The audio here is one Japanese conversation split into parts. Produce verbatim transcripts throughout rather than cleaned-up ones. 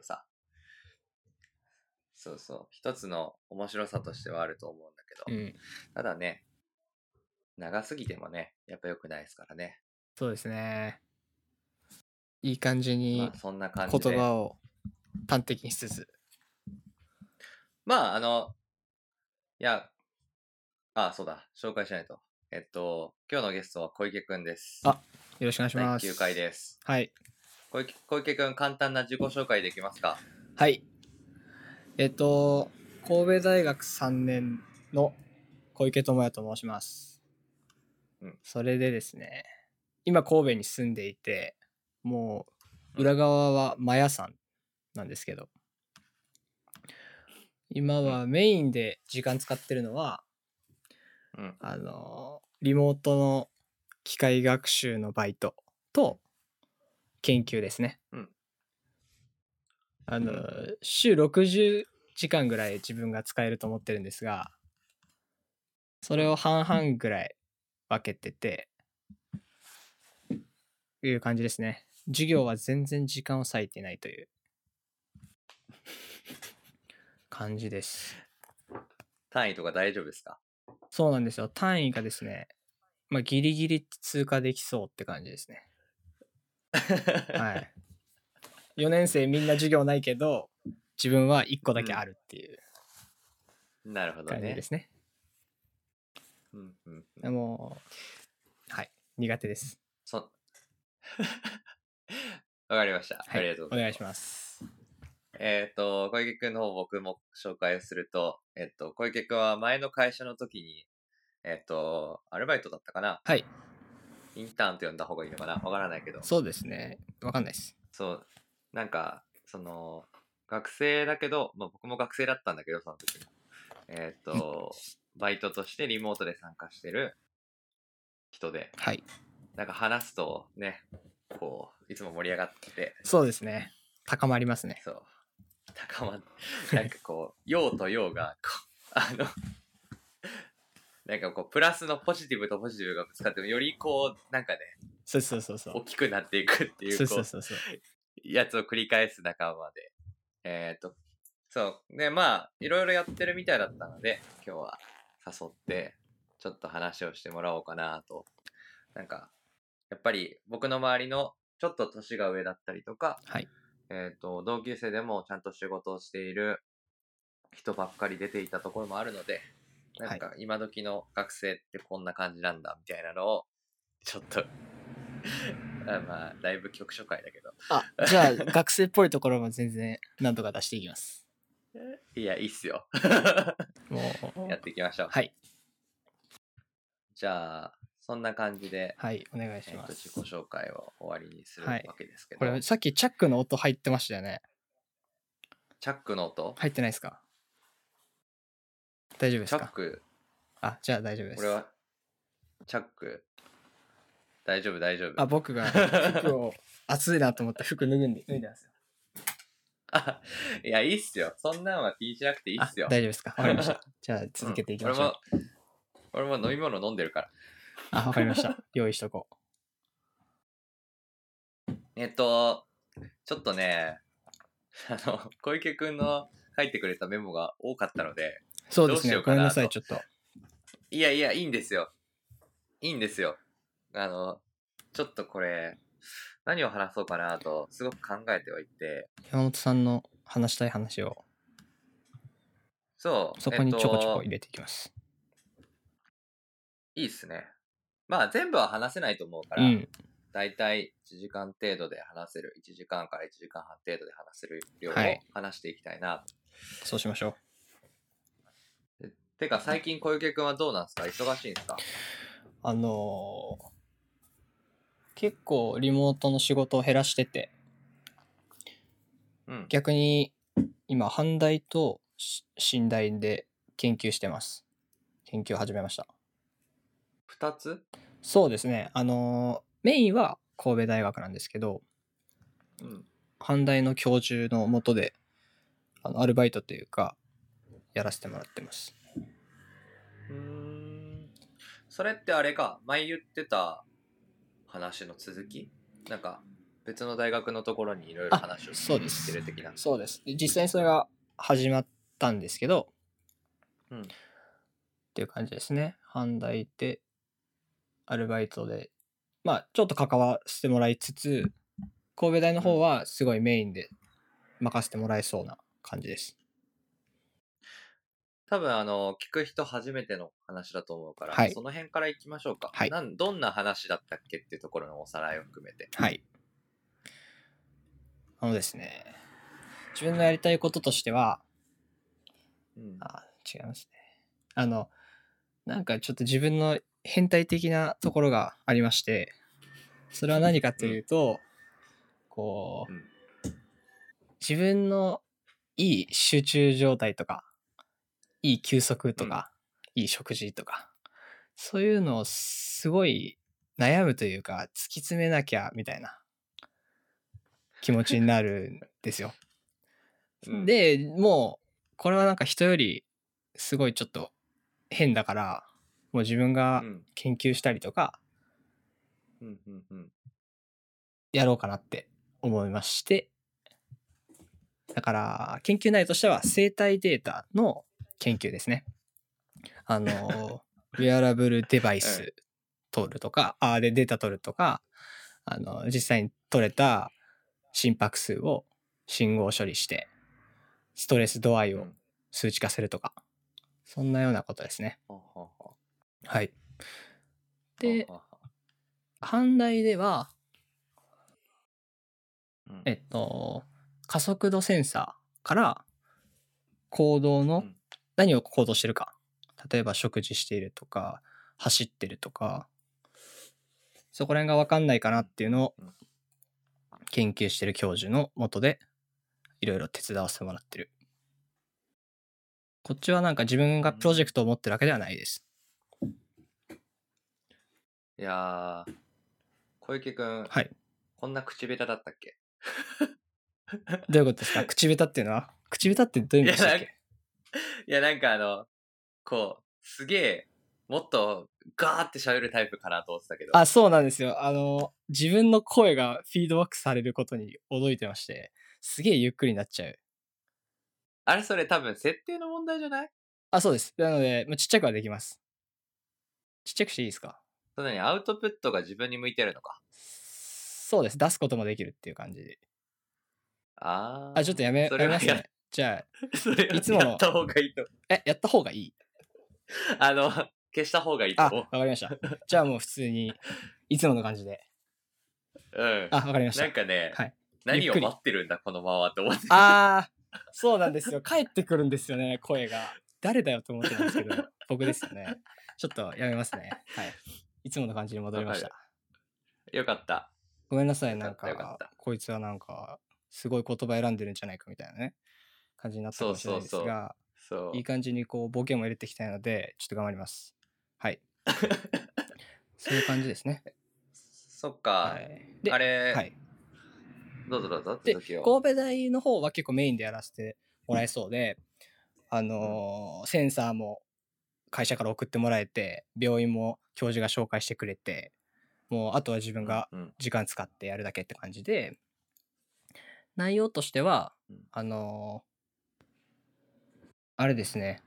さ、そうそう、一つの面白さとしてはあると思うんだけど、 うん、 ただね、長すぎてもね、やっぱ良くないですからね。 そうですね。いい感じにまあそんな感言じで、 葉を端的にしつつ、 まああの、いや、あ、そうだ、紹介しないと。えっと、今日のゲストは小池くんです。 あ、よろしくお願いしだいます。 きゅうかいです。 はい。 小池小池くん、簡単な自己紹介できますか？ はい。えっと、神戸大学さんねんの小池智也と申します。 うん。 それでですね、今神戸に住んでいて、もううん裏側はマヤ山なんですけど、今はメインで時間使ってるのは、 うん。 あの、リモートの機械学習のバイトと研究ですね。 うん。 あの、 うんうん週ろくじゅうじかんぐらい自分が使えると思ってるんですが、それを半々ぐらい分けてて、いう感じですね。授業は全然時間を割いてないという感じです。 単位とか大丈夫ですか？ そうなんですよ。単位がですね、まあ、ギリギリ通過できそうって感じですね。はい。よねん生みんな授業ないけど、自分はいっこだけあるっていうなるほどね。 感じですね。 うんうんうん。 でも、はい。苦手です。 そわかりました。 はい。 ありがとうお願いしございます。 ます。 えっと、小池くんの方僕も紹介すると、えっと、小池くんは前の会社の時に、えっと、アルバイトだったかな、 はい。 インターンと呼んだ方がいいのかな、わからないけど、 そうですね。わかんないです。 そう、なんか、その、学生だけど、まあ、僕も学生だったんだけど、その時も。えっと、バイトとしてリモートで参加してる人で、 はい。 なんか話すとね、こう、いつも盛り上がってて、 そうですね。高まりますね。 そう、高まっなんかこう、陽と陽が、こう、あの、なんかこう、プラスのポジティブとポジティブがぶつかっても、よりこう、なんかね、 そうそうそうそう。 大きくなっていくっていう、 そうこう、 そうそうそう。 やつを繰り返す仲間で。えっ、と、そう。で、まあ、いろいろやってるみたいだったので、今日は誘って、ちょっと話をしてもらおうかなと。なんか、やっぱり僕の周りのちょっと年が上だったりとか、 はい。 えっ、と、同級生でもちゃんと仕事をしている人ばっかり出ていたところもあるので、なんか今時の学生ってこんな感じなんだみたいなのを、ちょっとあまあ、だいぶ局所会だけど。 あ、じゃあ、学生っぽいところも全然、なんとか出していきます。 いや、いいっすよ。 もう、 やっていきましょう。 はい。 じゃあ、そんな感じで、 はい、お願いしえっ、と、 ます。 自己紹介を終わりにすはい。 るわけですけこれ、 ど、 さっきチャックの音入ってましたよね。 チャックの音、 入ってないですか？大丈夫ですか？ チャック、 あ、じゃあ大丈夫です。 俺は、チャック、大丈夫、大丈夫。 あ、僕が服を、暑いなと思って服脱ぐんで、脱いでますよ。 あ、いや、いいっすよ。そんなんは気にしなくていいっあ、 すよ。 大丈夫ですか？わかりました。じゃあ続けていきましょう。 うん、俺も、俺も飲み物飲んでるから。 あ、わかりました。用意しとこう。えっと、ちょっとね、あの、小池くんの書いてくれたメモが多かったので、 う。そうですね。 どうしようごめんなさい、 かなと。 ちょっと。 いやいや、いいんですよ。いいんですよ。あの、ちょっとこれ、何を話そうかなと、すごく考えてはいて、 山本さんの話したい話を、 そう、えっそこにちょこちょこと、 入れていきます。 いいっすね。まあ、全部は話せないと思うから、 うん。 だいたいいちじかん程度で話せる、いちじかんからいちじかんはん程度で話せる量をはい話していきたいな。 そうしましょう。 でてか、最近小池くんはどうなんすか？忙しいんすか？ あのー結構リモートの仕事を減らしてて、 うん。 逆に今、阪大とし新大で研究してます。研究を始めました。 二つ？ そうですね。あのーメインは神戸大学なんですけど、 うん。 阪大の教授のもとで、あのアルバイトというか、やらせてもらってます。 うーん。それってあれか、前言ってた話の続き？なんか、 別の大学のところにいろいろあ、 話をそうで聞いてるす。 的な。 そうです。で実際にそれが始まったんですけど、 うん。 っていう感じですね。阪大で、アルバイトで、まあ、ちょっと関わらせてもらいつつ、神戸大の方はすごいメインで任せてもらえそうな感じです。 多分あの、聞く人初めての話だと思うから、 はいその辺から行きましょうか。 はいなんどんな話だったっけっていうところのおさらいを含めて。 はい。あのですね、自分のやりたいこととしては、 うん。 あ、違いますね。あの、なんかちょっと自分の変態的なところがありまして、それは何かというと、こう、 うん。 自分のいい集中状態とか、いい休息とか、いい食事とか、そういうのをすごい悩むというか、突き詰めなきゃみたいな気持ちになるんですよ。 うん。 で、もう、これはなんか人よりすごいちょっと変だから、もう自分がうん。 研究したりとか、 うん。うん。うん。 やろうかなって思いまして、だから研究内容としては生体データの研究ですね。あの、ウェアラブルデバイス取るとか、あでデータ取るとか、あの、実際に取れた心拍数を信号処理して、ストレス度合いを数値化するとか、そんなようなことですね。 ははははい。で、 はは阪大では、 うんえっと、加速度センサーから行動のうん何を行動してるか。例えば食事しているとか、走ってるとか、そこら辺が分かんないかなっていうのをうんうん研究してる教授のもとでいろいろ手伝わせてもらってる。こっちはなんか自分がプロジェクトを持ってるわけではないです。 いやー、小池くん、 はい。 こんな口下手だったっけ？ どういうことですか？口下手っていうのは？口下手ってどういう意味でしたっけ？ いや、なんかあの、こう、すげえ、もっとガーって喋るタイプかなと思ってたけど。 あ、そうなんですよ。あの、自分の声がフィードバックされることに驚いてまして、すげえゆっくりになっちゃう。 あれ、それ多分設定の問題じゃない？ あ、そうです。なので、まあちっちゃくはできます。ちっちゃくしていいですか？ そんなにアウトプットが自分に向いてるのか。 そうです。出すこともできるっていう感じで。 あー。 あ、ちょっとやめ、 それはや、 やめますね。じゃあ、 それはいつものやった方がいいと。 え、やった方がいい？ あの、消した方がいいとあ、 思う。 わかりました。じゃあもう普通に、いつもの感じで。 うん。 あ、わかりました。 なんかね、 はい。 何をゆっくり待ってるんだ、このままって思って。 あー、そうなんですよ。帰ってくるんですよね、声が。誰だよと思ってたんですけど、僕ですよね。ちょっとやめますね。はい。いつもの感じに戻りました。 わかる。よかった。 ごめんなさい、 よかなんったよかったか、こいつはなんか、すごい言葉選んでるんじゃないかみたいなね、感じになったかそうもしれないですそうそう。 が、 そう。 いい感じにこう、ボケも入れていきたいので、ちょっと頑張ります。はい。そういう感じですね。 そっか。 はい。で、 あれ、 はい。 どうぞどうぞ、 で、 続きを。 神戸大の方は結構メインでやらせてもらえそうで、あのーセンサーも会社から送ってもらえて、病院も教授が紹介してくれて、もうあとは自分がうんうん時間使ってやるだけって感じで、内容としてはうん、 あのーあれですね、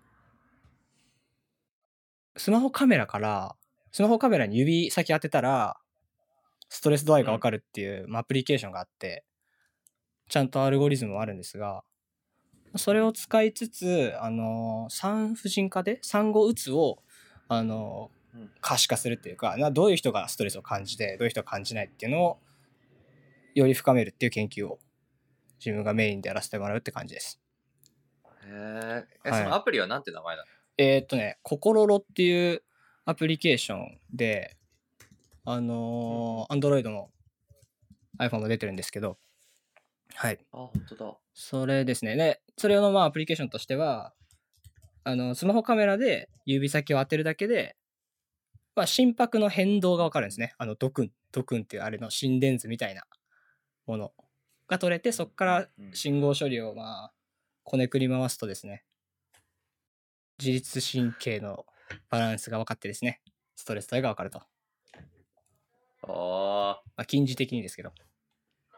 スマホカメラから、スマホカメラに指先当てたら、ストレス度合いがわかるっていう、まあアプリケーションがあって、ちゃんとアルゴリズムもあるんですが、それを使いつつ、あのー産婦人科で産後うつを、あのーうん可視化するっていうか、などういう人がストレスを感じて、どういう人が感じないっていうのをより深めるっていう研究を自分がメインでやらせてもらうって感じです。 へえ、え、 はいそのアプリはなんて名前なの？ えーっとね、ココロロっていうアプリケーションで、あのー、Android の iPhone も出てるんですけど、はい。 あ、本当だ。 それですね。で、それのまあアプリケーションとしては、あの、スマホカメラで指先を当てるだけで、まあ、心拍の変動がわかるんですね。あの、ドクン、ドクンっていうあれの心電図みたいなものが取れて、そこから信号処理をまあ、こねくり回すとですね、自律神経のバランスが分かってですね、ストレス度合いが分かると。 あまあ、近似的にですけど。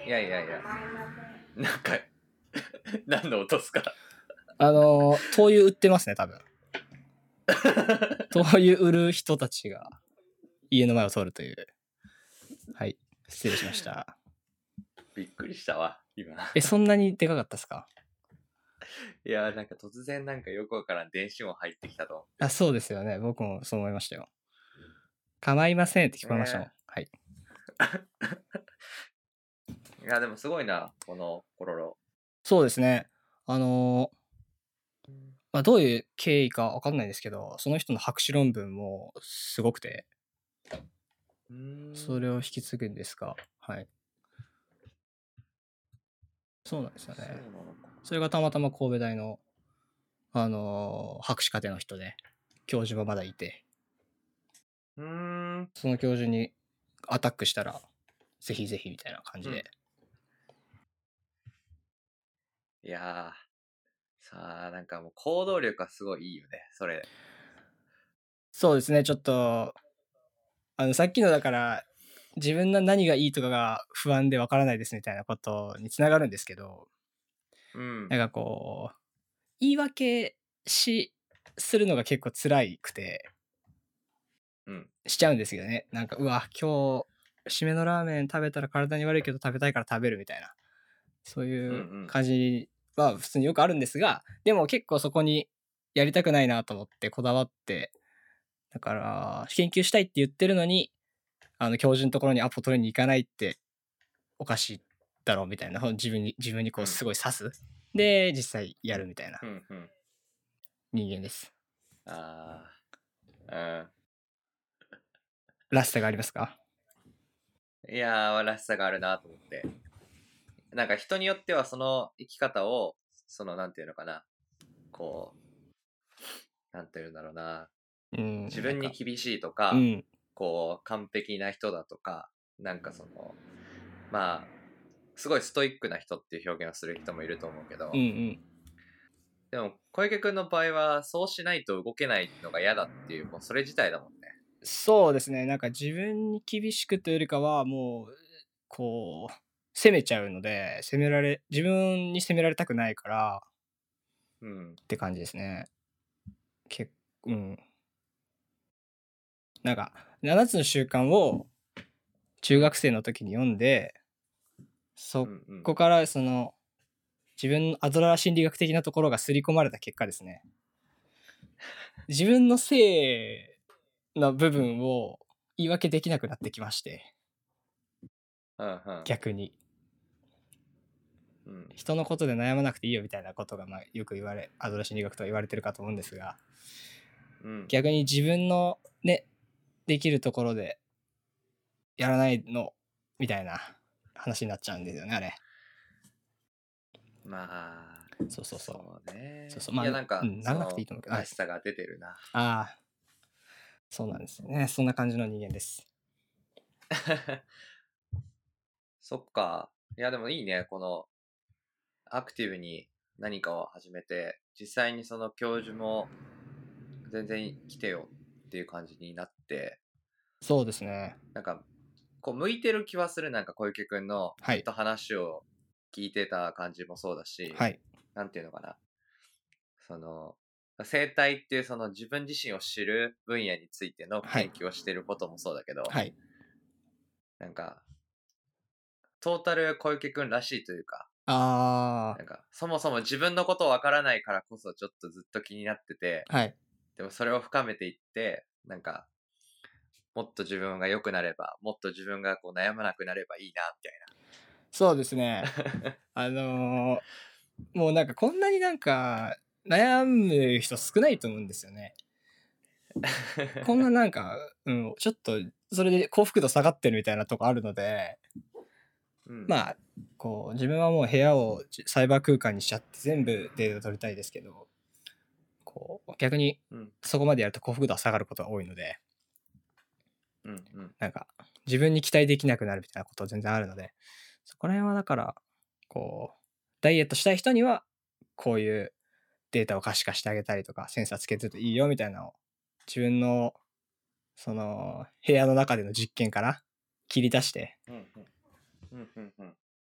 いやいやいや、なんか何の音っすか？ あのー、灯油売ってますね、多分。灯油売る人たちが家の前を通るという。はい、失礼しました。 びっくりしたわ、今。 え、そんなにでかかったですか？ いや、なんか突然なんかよくわからん電子音入ってきたと思って。 あ、そうですよね。僕もそう思いましたよ。構いませんって聞こえましたもん。 ねはい。 いや、でもすごいな、このコロロ。 そうですね。あのーまあ、どういう経緯かわかんないですけど、その人の博士論文もすごくて、 うーん。 それを引き継ぐんですが、はい。そうなんですよそうね。 なのか。 それがたまたま神戸大の、あのー博士課程の人で、教授もまだいて、 うーん。 その教授にアタックしたら、ぜひぜひみたいな感じで。 いやー、さあ、なんかもう行動力がすごいいいよね、それ。 そうですね、ちょっと、あの、さっきのだから、自分の何がいいとかが不安でわからないですみたいなことにつながるんですけど、 うん。 なんかこう、言い訳し、するのが結構辛いくて、 うん。 しちゃうんですけどね。なんか、うわ、今日、締めのラーメン食べたら体に悪いけど食べたいから食べるみたいな、そううんういうん感じは普通によくあるんですが、でも結構そこにやりたくないなと思ってこだわって、だから、研究したいって言ってるのに、あの、教授のところにアポ取りに行かないっておかしいだろうみたいな、自分に、自分にこうん。 うすごい刺す。で、実際やるみたいなうんうん。 人間です。 ああ、 らしさがありますか？ うん。いやー、らしさがあるなと思って。なんか人によってはその生き方を、その、なんていうのかな。こう、なんていうんだろうな。 うん、 自分になんか、 厳しいとか、 うん、 こう、完璧な人だとか、なんかその、まあ、すごいストイックな人っていう表現をする人もいると思うけど、 うんうん。 でも小池くんの場合はそうしないと動けないのが嫌だっていう、もうそれ自体だもんね。 そうですね、なんか自分に厳しくというよりかは、もう、こう、責めちゃうので、責められ自分に責められたくないからうん。 って感じですね。けうん。なんか、ななつの習慣を中学生の時に読んで、そうんうん。 こからその、自分のアドラー心理学的なところが刷り込まれた結果ですね、自分の性の部分を言い訳できなくなってきまして、 うんうん。 逆に。 うん。 人のことで悩まなくていいよみたいなことがまあよく言われ、アドラー心理学とは言われてるかと思うんですが、 うん。 逆に自分のね、できるところでやらないのみたいな話になっちゃうんですよね、あれ。 まあ、 そうそうそう。 そうね。 そうそう。まあ、 いや、なんか、 うん、ならなくていいその、 と思うけど、はい。 らしさが出てるな。 ああ、そうなんですよね。そんな感じの人間です。 そっか。いや、でもいいね。この、アクティブに何かを始めて、実際にその教授も全然来てよっていう感じになって、 そうですね。 なんか、こう、向いてる気はする。なんか小池くんのはい。 ずっと話を聞いてた感じもそうだし、 はい。 なんていうのかな。その、生態っていうその自分自身を知る分野についてのはい。 研究をしてることもそうだけど、 はい。 なんか、トータル小池くんらしいというか、 あなんか、そもそも自分のことわからないからこそちょっとずっと気になってて、 あ、はい。 でもそれを深めていって、なんか、もっと自分が良くなれば、もっと自分がこう悩まなくなればいいな、みそうですね。 たいな。 あのーもうなんかこんなになんか悩む人少ないと思うんですよね。こんななんか、うん、ちょっとそれで幸福度下がってるみたいなとこあるので、 うん、 まあ、こう、自分はもう部屋をサイバー空間にしちゃって全部データ取りたいですけど、こう、逆にうん、 そこまでやると幸福度は下がることが多いので、 うん、うん、 なんか、自分に期待できなくなるみたいなことは全然あるので、そこら辺はだから、こう、ダイエットしたい人には、こういうデータを可視化してあげたりとか、センサーつけてるといいよみたいなのを、自分の、その、部屋の中での実験から切り出して、 うん、うん、うん、うん。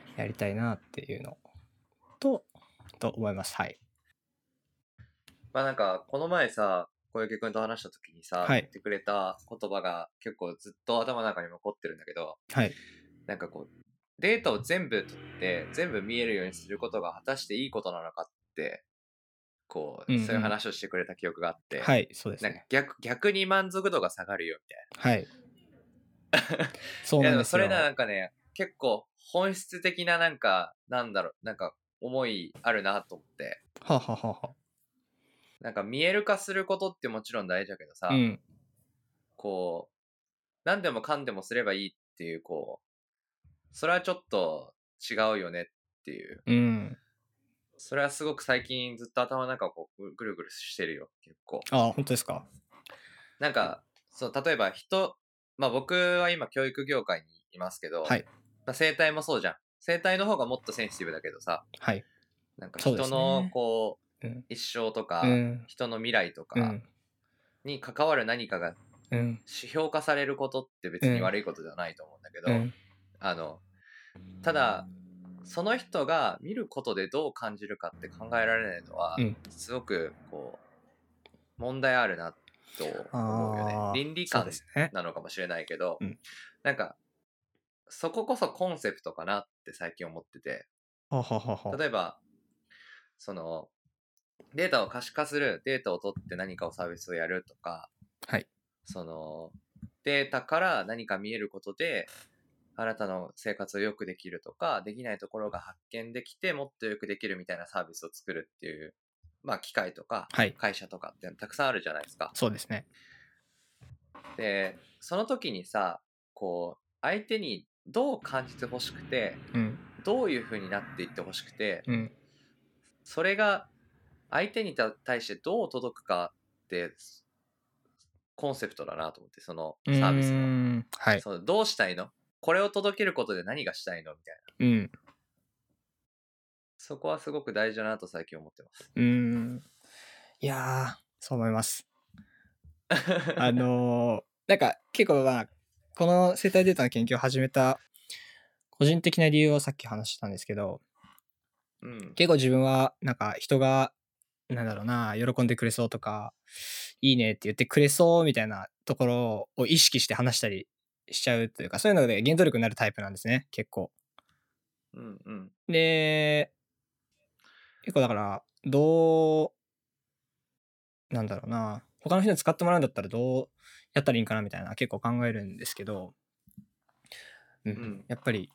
やりたいなっていうのとと思います。はい。 まあなんか、この前さ、小池くんと話した時にさ、 はい言ってくれた言葉が結構ずっと頭の中に残ってるんだけど、 はい。 なんかこう、データを全部取って全部見えるようにすることが果たしていいことなのかって、こう、 うんうん、 そういう話をしてくれた記憶があって、 はい、そうですなんかね。 逆逆に満足度が下がるよみたいな。 はい。そういやでもなんですよ。 それななんかね、結構本質的ななんか、なんだろう、なんか思いあるなと思って、 はあ、はあはあはあ、 なんか見える化することってもちろん大事だけどさ、 うん。 こう、何でもかんでもすればいいっていう、こう、それはちょっと違うよねっていう。 うん。 それはすごく最近ずっと頭の中をこうぐるぐるしてるよ、結構。 ああ、本当ですか。 なんか、そう、例えば人、まあ僕は今教育業界にいますけど、 はい。 まあ、生態もそうじゃん。生態の方がもっとセンシティブだけどさ、 はい。 なんかそうで人のすね。 こう、 うん。 一生とうか、 ん。 人の未来とかうん。 に関わる何かがうん。 指標化されることって別にうん。 悪いことではないと思うんだけど、 うん。 あの、ただ、その人が見ることでどう感じるかって考えられないのは、 うん。 すごくこう、問題あるなと思うよね。 ああ、 倫理観そうですね。 なのかもしれないけど、 うん。 なんか、そここそコンセプトかなって最近思ってて、 はあ、はあはあは例えば、その、データを可視化する、データを取って何かをサービスをやるとか、 あ、はい。 その、データから何か見えることで、あなたの生活を良くできるとか、できないところが発見できて、もっと良くできるみたいなサービスを作るっていう、まあ、機械とか、 はい。 会社とかってたくさんあるじゃないですか。 そうですね。 で、その時にさ、こう、相手にどう感じてほしくて、 うん。 どういう風になっていってほしくて、 うん。 それが相手に対してどう届くかってコンセプトだなと思って、そのうーサービスの。 ん。はい。 そのどうしたいの、これを届けることで何がしたいのみたいな。 うん。 そこはすごく大事だなと最近思ってます。 うーん。いやー、そう思います。あのー、なんか結構まあ、この生態データの研究を始めた個人的な理由をさっき話したんですけど、 うん。 結構自分はなんか人が、なんだろうな、喜んでくれそうとか、いいねって言ってくれそうみたいなところを意識して話したりしちゃうというか、そういうので原動力になるタイプなんですね、結構。 うんうん。 で、結構だから、どう、なんだろうな、他の人に使ってもらうんだったらどうやったらいいんかなみたいな結構考えるんですけど、うん、 うん。 やっぱり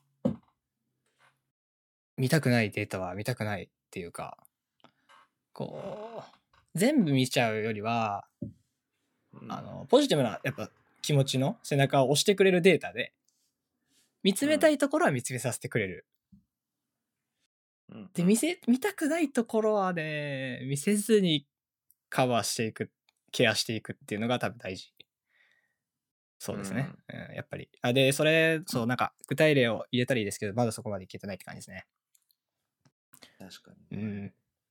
見たくないデータは見たくないっていうか、こう、全部見ちゃうよりは、 うんあの、ポジティブなやっぱ気持ちの背中を押してくれるデータで、見つめたいところは見つめさせてくれる。 うん。 で、見せ、見たくないところはね、見せずにカバーしていく、ケアしていくっていうのが多分大事。そうですね。うん、やっぱり。あ、で、それ、そう、なんか、具体例を入れたらいいですけど、まだそこまでいけてないって感じですね。 確かうに。 ん。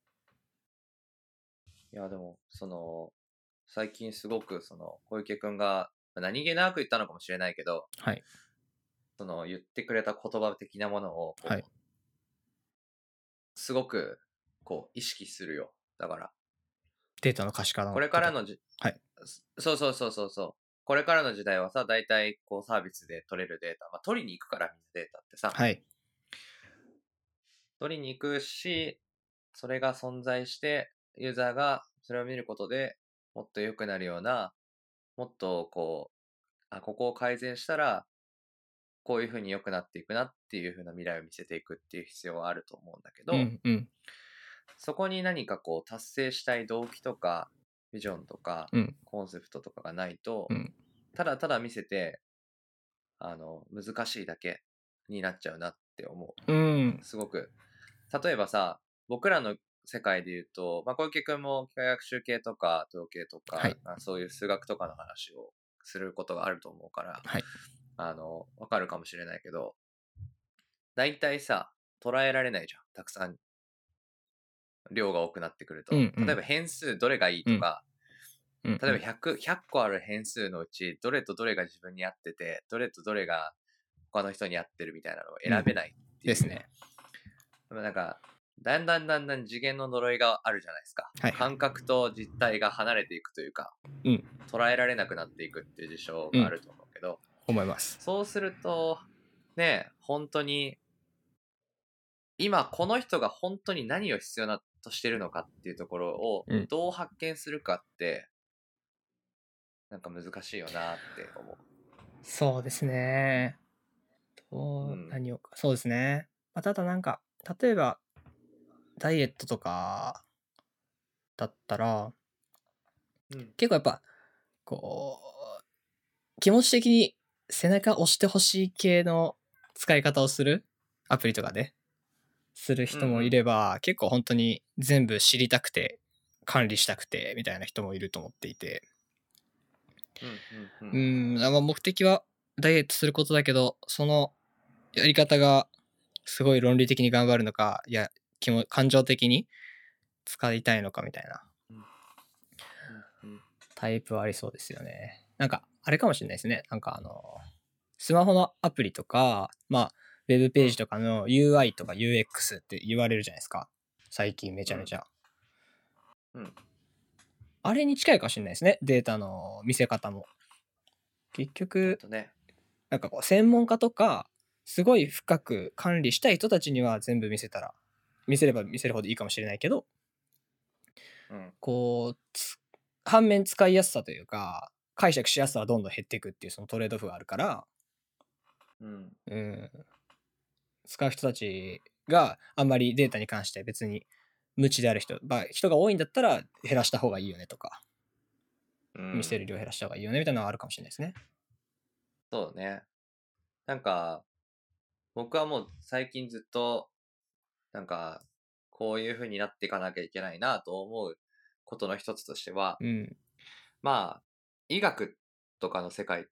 いや、でも、その、最近すごく、その、小池くんが、何気なく言ったのかもしれないけど、 はい。 その、言ってくれた言葉的なものを、こう、 はい。 すごく、こう、意識するよ。だから、 データの可視化のこれこと。 からのじ、 はい。 そうそうそうそうそう。これからの時代はさ、大体、こう、サービスで取れるデータ、まあ、取りに行くからみんなデータってさ、 はい。 取りに行くし、それが存在して、ユーザーがそれを見ることでもっと良くなるような、もっとこう、あ、ここを改善したら、こういう風に良くなっていくなっていう風な未来を見せていくっていう必要はあると思うんだけうど、 んうん。 そこに何かこう達成したい動機とか、ビジョンとか、 うん。 コンセプトとかがないと、 うん。 ただただ見せて、あの、難しいだけになっちゃうなって思うん。 う。すごく。例えばさ、僕らの世界で言うと、まあ、小池くんも機械学習系とか統計とか、 はい。 まあ、そういう数学とかの話をすることがあると思うから、 はい。 あの、わかるかもしれないけど、大体さ、捉えられないじゃん。たくさん量が多くなってくると。 うんうん。 例えば変数どれがいいとか、 うんうん。 例えばひゃく、ひゃっこある変数のうち、どれとどれが自分に合ってて、どれとどれが他の人に合ってるみたいなのを選べないっていう。 ですね。 でもなんか、だんだんだんだん次元の呪いがあるじゃないですか。 はいはい感覚と実体が離れていくというか、 うん捉えられなくなっていくっていう事象うんがあると思うけど、 思います。 そうすると、ね、本当に、今この人が本当に何を必要なとしてるのかっていうところをうんどう発見するかって、なんか難しいよなって思う。 そうですね。 うとん。 何をかそうですね。まあ、ただなんか例えばダイエットとかだったらうん。 結構やっぱこう気持ち的に背中押してほしい系の使い方をするアプリとかでする人もいれば、結構本当に全部知りたくて管理したくてみたいな人もいると思っていて、 うんうんう。 うんん、まあ目的はダイエットすることだけど、そのやり方がすごい論理的に頑張るのか、いや気も感情的に使いたいのかみたいなうんうんタイプはありそうですよね。なんかあれかもしれないですね。なんかあのスマホのアプリとか、まあウェブページとかの ユーアイ とか ユーエックス って言われるじゃないですか。最近めちゃめちゃ。 うん。 あれに近いかもしれないですね。データの見せ方も。結ほん局、 とね。 なんかこう専門家とか、すごい深く管理したい人たちには全部見せたら、見せれば見せるほどいいかもしれないけど、 うん。 こう、つ反面使いやすさというか、解釈しやすさはどんどん減っていくっていうそのトレードオフがあるから、 うん。 うん、使う人たちがあんまりデータに関して別に無知である人、まあ、人が多いんだったら減らした方がいいよねとか、 うん見せる量減らした方がいいよねみたいなのはあるかもしれないですね。 そうね。なんか、僕はもう最近ずっと、なんか、こういう風になっていかなきゃいけないなと思うことの一つとしては、 うん。 まあ、医学とかの世界って、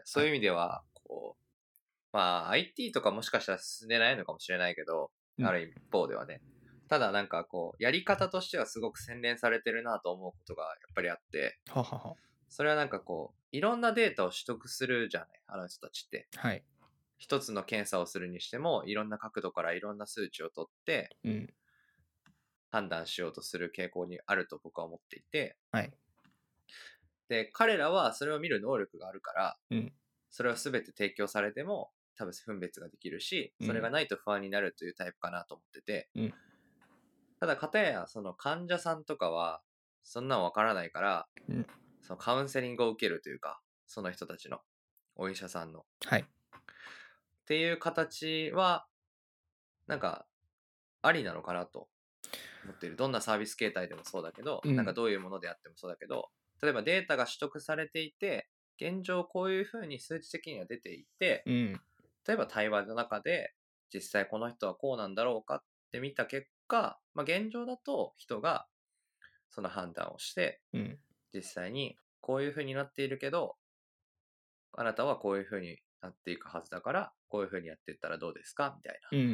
そういう意味では、こう、まあ、アイティー とかもしかしたら進んでないのかもしれないけど、 うんある一方ではね。ただなんかこう、やり方としてはすごく洗練されてるなと思うことがやっぱりあって、 ははは。 それはなんかこう、いろんなデータを取得するじゃない、あの人たちって。 はい。 一つの検査をするにしても、いろんな角度からいろんな数値を取ってうん。 判断しようとする傾向にあると僕は思っていて、 はい。 で、彼らはそれを見る能力があるから、 うん。 それを全て提供されても多分分別ができるし、それがないと不安になるというタイプかなと思ってて、 うん。 ただ片やその患者さんとかはそんなんわからないから、 うん。 そのカウンセリングを受けるというか、その人たちのお医者さんのっはい。 ていう形はなんかありなのかなと思っている。どんなサービス形態でもそうだけど、 うんなんかどういうものであってもそうだけど、例えばデータが取得されていて、現状こういうふうに数値的には出ていて、 うん。 例えば対話の中で実際この人はこうなんだろうかって見た結果、まあ、現状だと人がその判断をして、 うん。 実際にこういうふうになっているけど、あなたはこういうふうになっていくはずだから、こういうふうにやっていったらどうですかみたいな。 うん。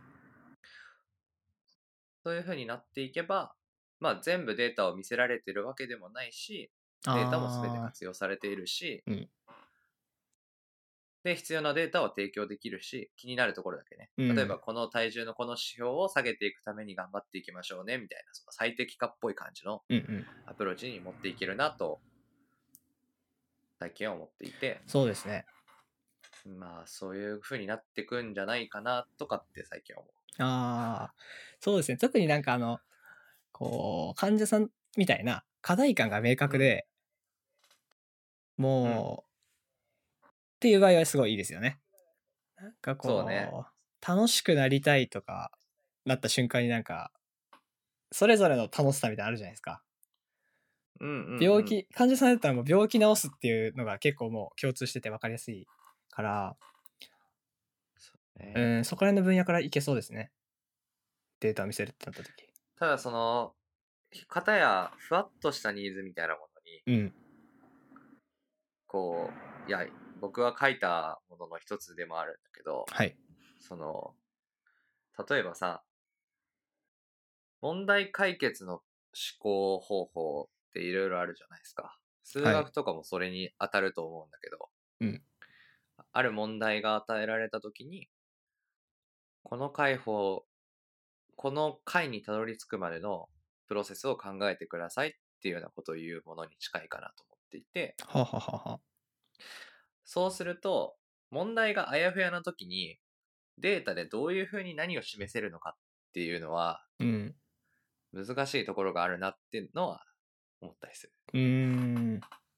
そういうふうになっていけば、まあ全部データを見せられてるわけでもないし、データも全てああ。 活用されているし、 うん。 で、必要なデータを提供できるし、気になるところだけね。 うん例えば、この体重のこの指標を下げていくために頑張っていきましょうね、みたいな、その最適化っぽい感じのうんうん。 アプローチに持っていけるなと、最近は思っていて、 そうですね。 まあ、そういう風になってくんじゃないかな、とかって最近は思ああ。そうですね。特になんかあの、こう、患者さんみたいな課題感が明う。 確で、 うん。うん。 もう、っていう場合はすごいいいですよね。なんかそうね。 こう、楽しくなりたいとか、なった瞬間になんか、それぞれの楽しさみたいなのあるじゃないですか。 うんうんうん。 病気、患者さんだったらもう病気治すっていうのが結構もう共通してて分かりやすいから、 そうね。 うん、そこら辺の分野からいけそうですね。データを見せるってなった時。 ただ、その、方やふわっとしたニーズみたいなものに、 うん。 こう、いや、僕が書いたものの一つでもあるんだけど、 はい。 その、例えばさ、問題解決の思考方法っていろいろあるじゃないですか。数はい。 学とかもそれに当たると思うんだけど、 うん。 ある問題が与えられたときに、 この解法、この解にたどり着くまでのプロセスを考えてくださいっていうようなことを言うものに近いかなと思っていて、 はあはあはあはあ。 そうすると、問題があやふやな時に、データでどういうふうに何を示せるのかっていうのは、 うん。 難しいところがあるなっていうのは思ったりする。 うーん。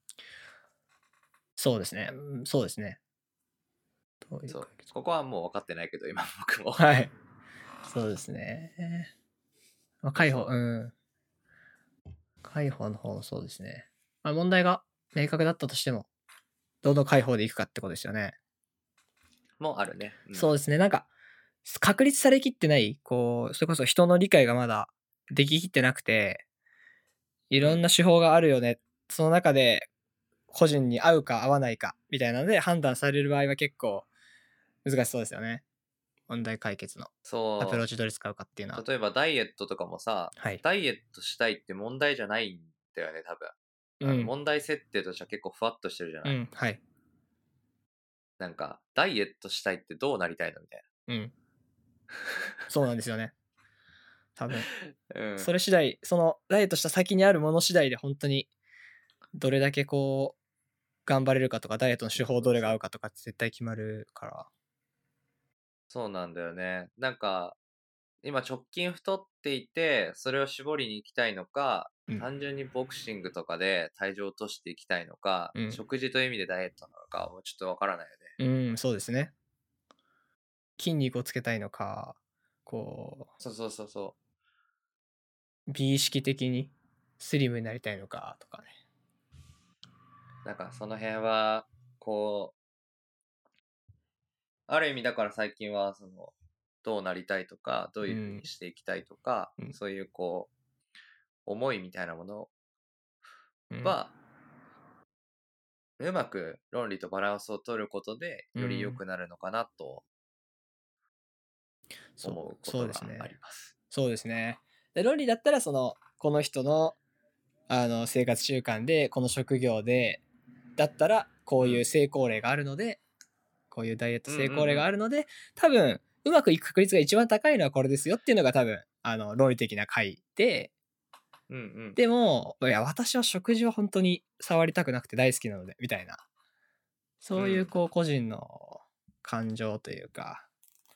そうですね。うんそうですね。どういうそう解決。 ここはもう分かってないけど、今僕も。 はい。そうですね。まあ、解放、 そううん。解放の方もそうですね。まあ、問題が明確だったとしても、どの解放でいくかってことですよね。 もうあるね。うん、 そうですね。なんか、確立されきってない、こう、それこそ人の理解がまだでききってなくて、いろんな手法があるよね。その中で、個人に合うか合わないか、みたいなので判断される場合は結構難しそうですよね。問題解決のアプローそチどれ使うかっていうのは。 う。例えばダイエットとかもさ、 はい。 ダイエットしたいって問題じゃないんだよね、多分。あのうん。 問題設定としては結構ふわっとしてるじゃない、 うん。はい。 なんか、ダイエットしたいってどうなりたいのみたいうん。そうなんですよね。多分。 な。うん。 それ次第、そのダイエットした先にあるもの次第で本当にどれだけこう頑張れるかとか、ダイエットの手法どれが合うかとかって絶対決まるから。 そうなんだよね。なんか、今直近太っていて、それを絞りに行きたいのか、 うん。 単純にボクシングとかで体重を落としていきたいのか、 うん。 食事という意味でダイエットなのか、もうちょっとわからないよね。 うん、そうですね。筋肉をつけたいのか、こそうそうそうそう。 う、美意識的にスリムになりたいのかとかね。 なんかその辺は、こう、ある意味だから最近は、その、どうなりたいとか、どういうふうにしていきたいとか、 うんそういうこう、思いみたいなものうん。 は、うまく論理とバランスを取ることで、より良くなるのかなとそう、 思うこそうとがあですね。 ります。 そうですね。で論理だったら、その、この人の、あの、生活習慣で、この職業で、だったら、こういう成功例があるので、こういうダイエットうんうん成功例うん。 があるので、多分、うまくいく確率が一番高いのはこれですよっていうのが多分、あの、論理的な回で、 うんうん。 でも、いや、私は食事は本当に触りたくなくて大好きなので、みたいな。そういう、こう、個人の感情というか、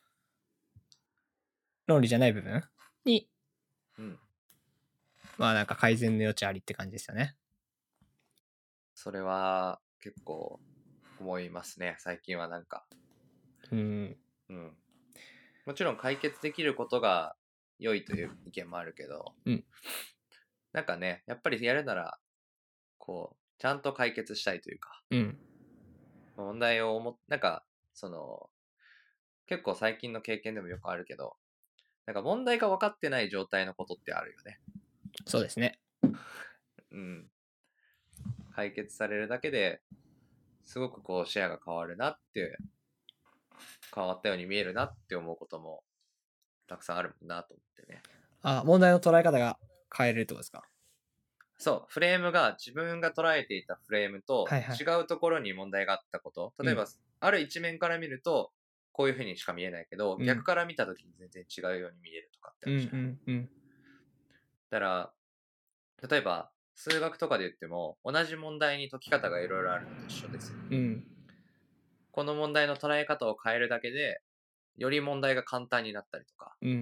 論理じゃない部分に、 うん。 まあなんか改善の余地ありって感じですよね。 それは結構思いますね。最近はなんか。 うん。 うん。もちろん解決できることが良いという意見もあるけど、 うん。 なんかね、やっぱりやるなら、こう、ちゃんと解決したいというか、 うん。 問題を思っ、なんか、その、結構最近の経験でもよくあるけど、なんか問題が分かってない状態のことってあるよね。 そうですね。 うん。解決されるだけですごくこう視野が変わるなって変わったように見えるなって思うこともたくさんあるもんなと思ってね。 あ、問題の捉え方が変えれるってことですか。 そう、フレームが自分が捉えていたフレームとはいはい。 違うところに問題があったこと。例えば、 うん。 ある一面から見るとこういうふうにしか見えないけど、 うん逆から見た時に全然違うように見えるとかってうんうあるじゃない。 んうん。 だから、例えば数学とかで言っても同じ問題に解き方がいろいろあるのと一緒ですよ。 うん。 この問題の捉え方を変えるだけでより問題が簡単になったりとか、 うん。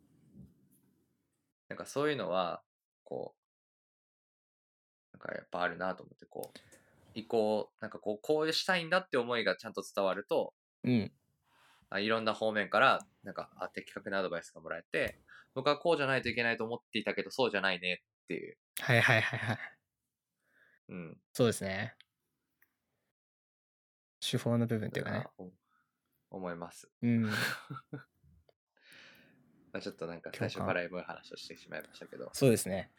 なんかそういうのは、こう、なんかやっぱあるなと思って、こう、移行、なんかこう、こうしたいんだって思いがちゃんと伝わると、 うん。 あいろんな方面から、なんか、あ、的確なアドバイスがもらえて、僕はこうじゃないといけないと思っていたけど、そうじゃないねっていう。 はいはいはいはい。 うん。 そうですね。手法の部分っていうかね。 それは、お思います。 うん。 まあちょっとなんか最共感。 初からエモい話をしてしまいましたけど。 そうですね。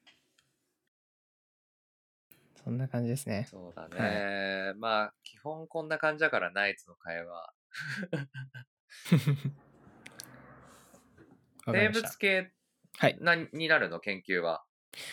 そんな感じですね。 そうだはい。 ね。まあ、基本こんな感じだから、ナイツの会話。 わかり生ました。 物系はい。 なになるの研究は。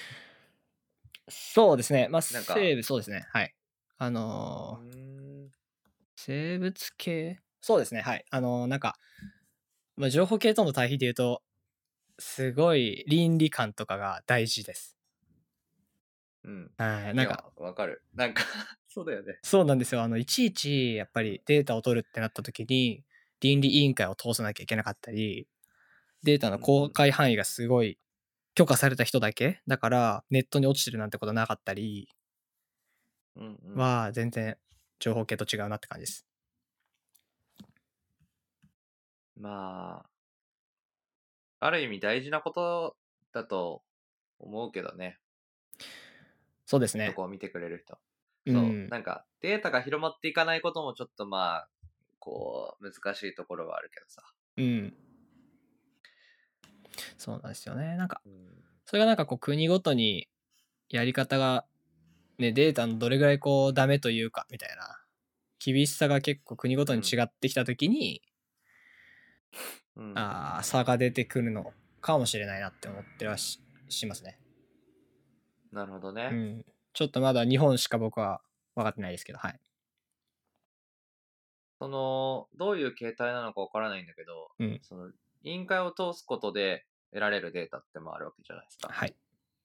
そうですね。まあ、 なんか、 生物、そうですね。はい。あうのーーん。 生物系そうですね。はい。あのーなんか、 まあ、情報系との対比で言うと、すごい倫理観とかが大事です。 うん。 はい。 いや、 なんか、 わかる。なんかそうだよね。 そうなんですよ。あの、いちいち、やっぱりデータを取るってなった時に、倫理委員会を通さなきゃいけなかったり、データの公開範囲がすごい許可された人だけだから、ネットに落ちてるなんてことなかったりうんうん。 は、全然情報系と違うなって感じです。 まあ、ある意味大事なことだと思うけどね。 そうですね。 そこを見てくれる人。 うそう。 ん。 なんか、データが広まっていかないこともちょっとまあ、こう、難しいところはあるけどさ。 うん。そうなんですよね。なんか、 うん。 それがなんかこう国ごとにやり方が、ね、データのどれぐらいこうダメというか、みたいな、厳しさが結構国ごとに違ってきたときに、 うん。 あー差が出てくるのかもしれないなって思っては し, しますね。 なるほどね。 うん。ちょっとまだ日本しか僕は分かってないですけど、はい。 その、どういう形態なのかわからないんだけど、 うん。 その、委員会を通すことで得られるデータってもあるわけじゃないですか。 はい。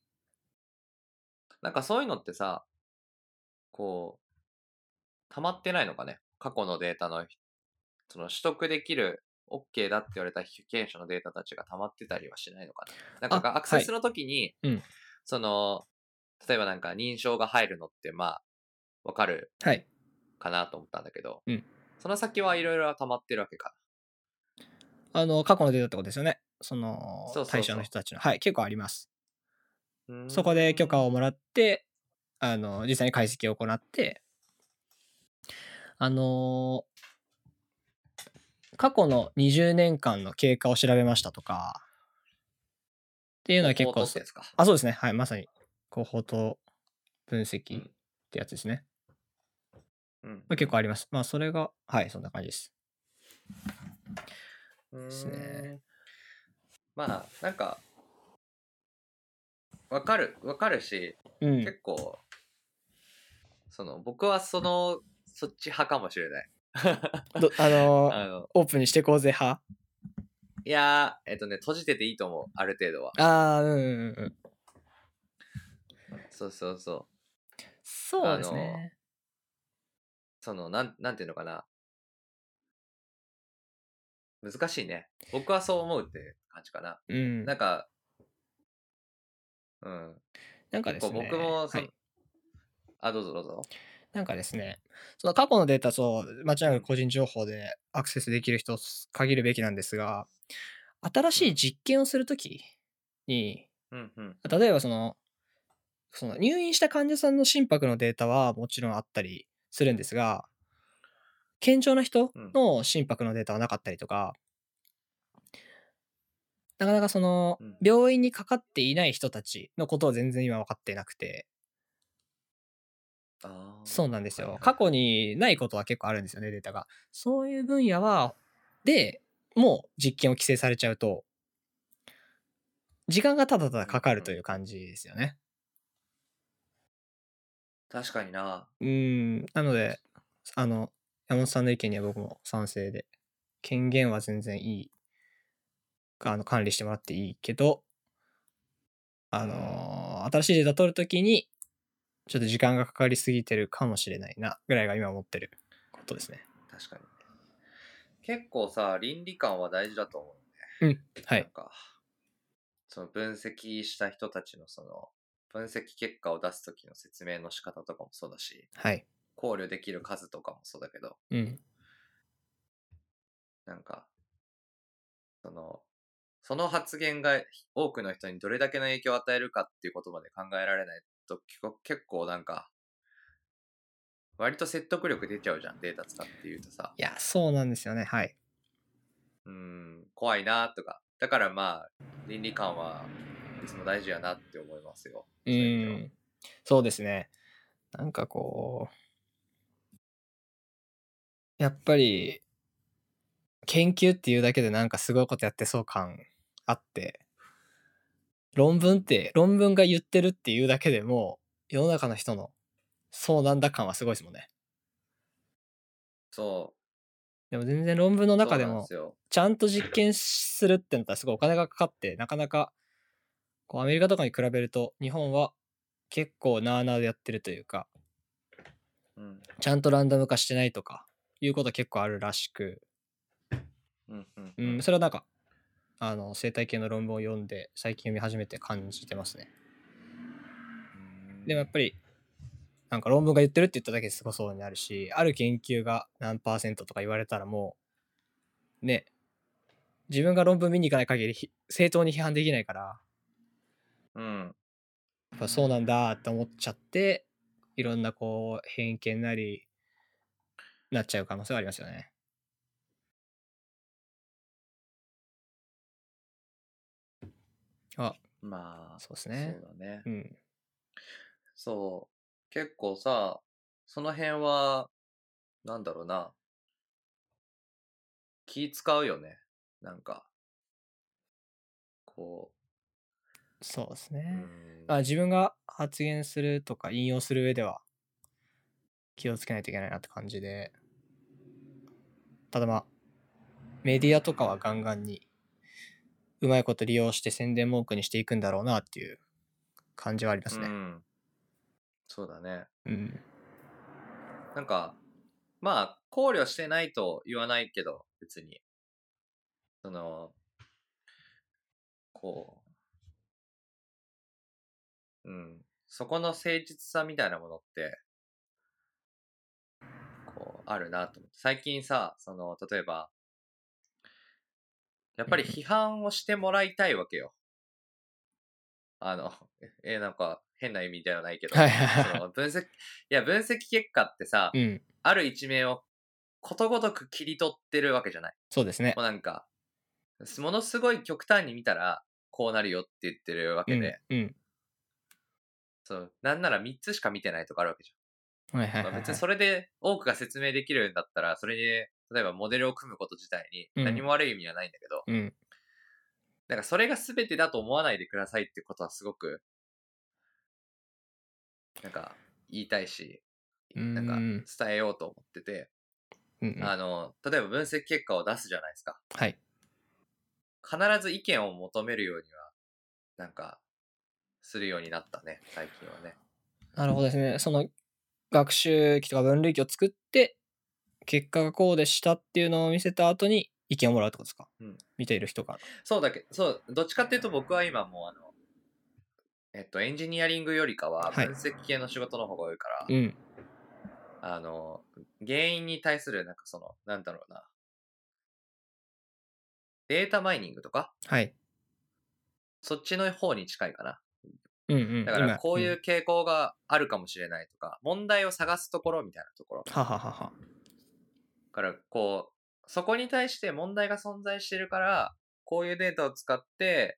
なんかそういうのってさ、こう、溜まってないのかね。過去のデータの、その取得できる OK だって言われた被験者のデータたちが溜まってたりはしないのかな。なんあ、 かアクはい。 セスの時に、 うん。 その、例えばなんか認証が入るのってまあ、わかるはい。 かなと思ったんだけど、 うん。 その先はいろいろ溜まってるわけか。 あの、過去のデータってことですよね。その、対そうそうそ象の人たちの。はい。結構あります。 う。うーそこで許可をん。 もらって、あの、実際に解析を行って、あのー過去のにじゅうねんかんの経過を調べましたとか、っていうのコは結構そ、 ホートってやつか。 あ、そうですね。はい。まさに、コホート分析っうん。 てやつですね。 うん、 まあ、結構あります。まあ、それが、はい、そんな感じです。 うん。うですね。 ーん。まあ、なんか、わかる、わかるし、 うん。 結構、その、僕はその、そっち派かもしれない。 ど、あのーあの、 オープンにしてこうぜ派。 いやー、えっとね、閉じてていいと思う、ある程度は。 ああ、うんうんうん。 そうそうそう。 そうですあの、 ね。 その、なん、なんていうのかな。難しいね。僕はそう思うって感じかな。 うん。 なんか、うん。 なんかです結構僕ね。 も、その、 はい。 あ、どうぞどうぞ。 なんかですね、その過去のデータと間違いうん、 なく個人情報でアクセスできる人を限るべきなんですが、新しいうん、 実験をするときに、 うん、うん、 例えばその、その入院した患者さんの心拍のデータはもちろんあったりするんですが、健常な人うん。 の心拍のデータはなかったりとか、なかなかそのうん。 病院にかかっていない人たちのことを全然今分かっていなくて、 あそうなんであ、 すよ。 はいはいはい。 過去にないことは結構あるんですよね、データが。そういう分野は、で、もう実験を規制されちゃうと、時間がただただうん、 かかるうん。 という感じですよね。 確かにな。 うーん、なので、あの、山本さんの意見には僕も賛成で、権限は全然いい、あの、管理してもらっていいけど、あうん。 の、新しいデータ取るときに、ちょっと時間がかかりすぎてるかもしれないな、ぐらいが今思ってることですね。 確かに。結構さ、倫理観は大事だと思ううん。はね。なんい。 か、その分析した人たちのその、分析結果を出す時の説明の仕方とかもそうだし、 はい。 考慮できる数とかもそうだけど、 うん。 なんか、その、その発言が多くの人にどれだけの影響を与えるかっていうことまで考えられないと、結構結構なんか、割と説得力出ちゃうじゃん、データ使って言うとさ。 いや、そうなんですよね。はい。 うーん、怖いなとか。だからまあ、倫理観はいつも大事やなって思いますよ。 うそういう意味では。 ん。そうですね。なんかこう、やっぱり、研究っていうだけでなんかすごいことやってそう感あって、論文って、論文が言ってるっていうだけでも、世の中の人のそうなんだ感はすごいですもんね。 そう。 でも全然論文のそう中でもなんですよ。 ちゃんと実験するってなったらすごいお金がかかってなかなかこうアメリカとかに比べると日本は結構なあなあでやってるというか、 うん。 ちゃんとランダム化してないとかいうこと結構あるらしく、 うんうんう、 うんん。 それはなんかあの生態系の論文を読んで最近読み始めて感じてますね。でもやっぱりなんか論文が言ってるって言っただけですごそうになるし、ある研究が何パーセントとか言われたらもうね、自分が論文見に行かない限りひ正当に批判できないから、 うん。 やっぱそうなんだって思っちゃって、いろんなこう偏見なりなっちゃう可能性はありますよね。あ、 まあ、 そうですね。 そうだね。 うん。 そう。結構さ、その辺は、なんだろうな。気使うよね。なんか、こそうですう、うーね。まあん。 自分が発言するとか引用する上では気をつけないといけないなって感じで、ただまあメディアとかはガンガンにうまいこと利用して宣伝文句にしていくんだろうなっていう感じはありまうすね。 ん。そうだね。 うん。 なんか、まあ、考慮してないと言わないけど、別に。その、こう、うん。そこの誠実さみたいなものって、こう、あるなと思って。最近さ、その、例えば、やっぱり批判をしてもらいたいわけよ。あの、え、えなんか、変な意味ではないけど、 はいはいはい。 その、分析、いや、分析結果ってさ、 うん。 ある一面をことごとく切り取ってるわけじゃない。 そうですね。 もうなんか、ものすごい極端に見たら、こうなるよって言ってるわうん。 けで、 うん。 そう、なんならみっつしか見てないとかあるわけじはいはゃん。まあ、 いはいはい。 別にそれで多くが説明できるんだったら、それに、例えばモデルを組むこと自体にうん。 何も悪い意味はないんだけど、 うん。 なんかそれが全てだと思わないでくださいってことはすごく、なんか言いたいし、 うーなんかん。 伝えようと思ってて、 うんうん。 あの、例えば分析結果を出すじゃないですか。 はい。 必ず意見を求めるようには、なんか、するようになったね、最近はね。 なるほどですね。その学習機とか分類器を作って、結果がこうでしたっていうのを見せた後に意見をもらうってことですか？ うん。 見ている人から。 そうだけそう、どっちかっていうと僕は今もうあの、えっと、エンジニアリングよりかははい。 分析系の仕事の方が多いから、 うん。 あの、原因に対するなんかその、なんだろうな、データマイニングとか、 はい。 そっちの方に近いかな。 うんうん。 だから今、うん。 こういう傾向があるかもしれないとか、問題を探すところみたいなところ。 はははは。 だからこう、そこに対して問題が存在してるから、こういうデータを使って、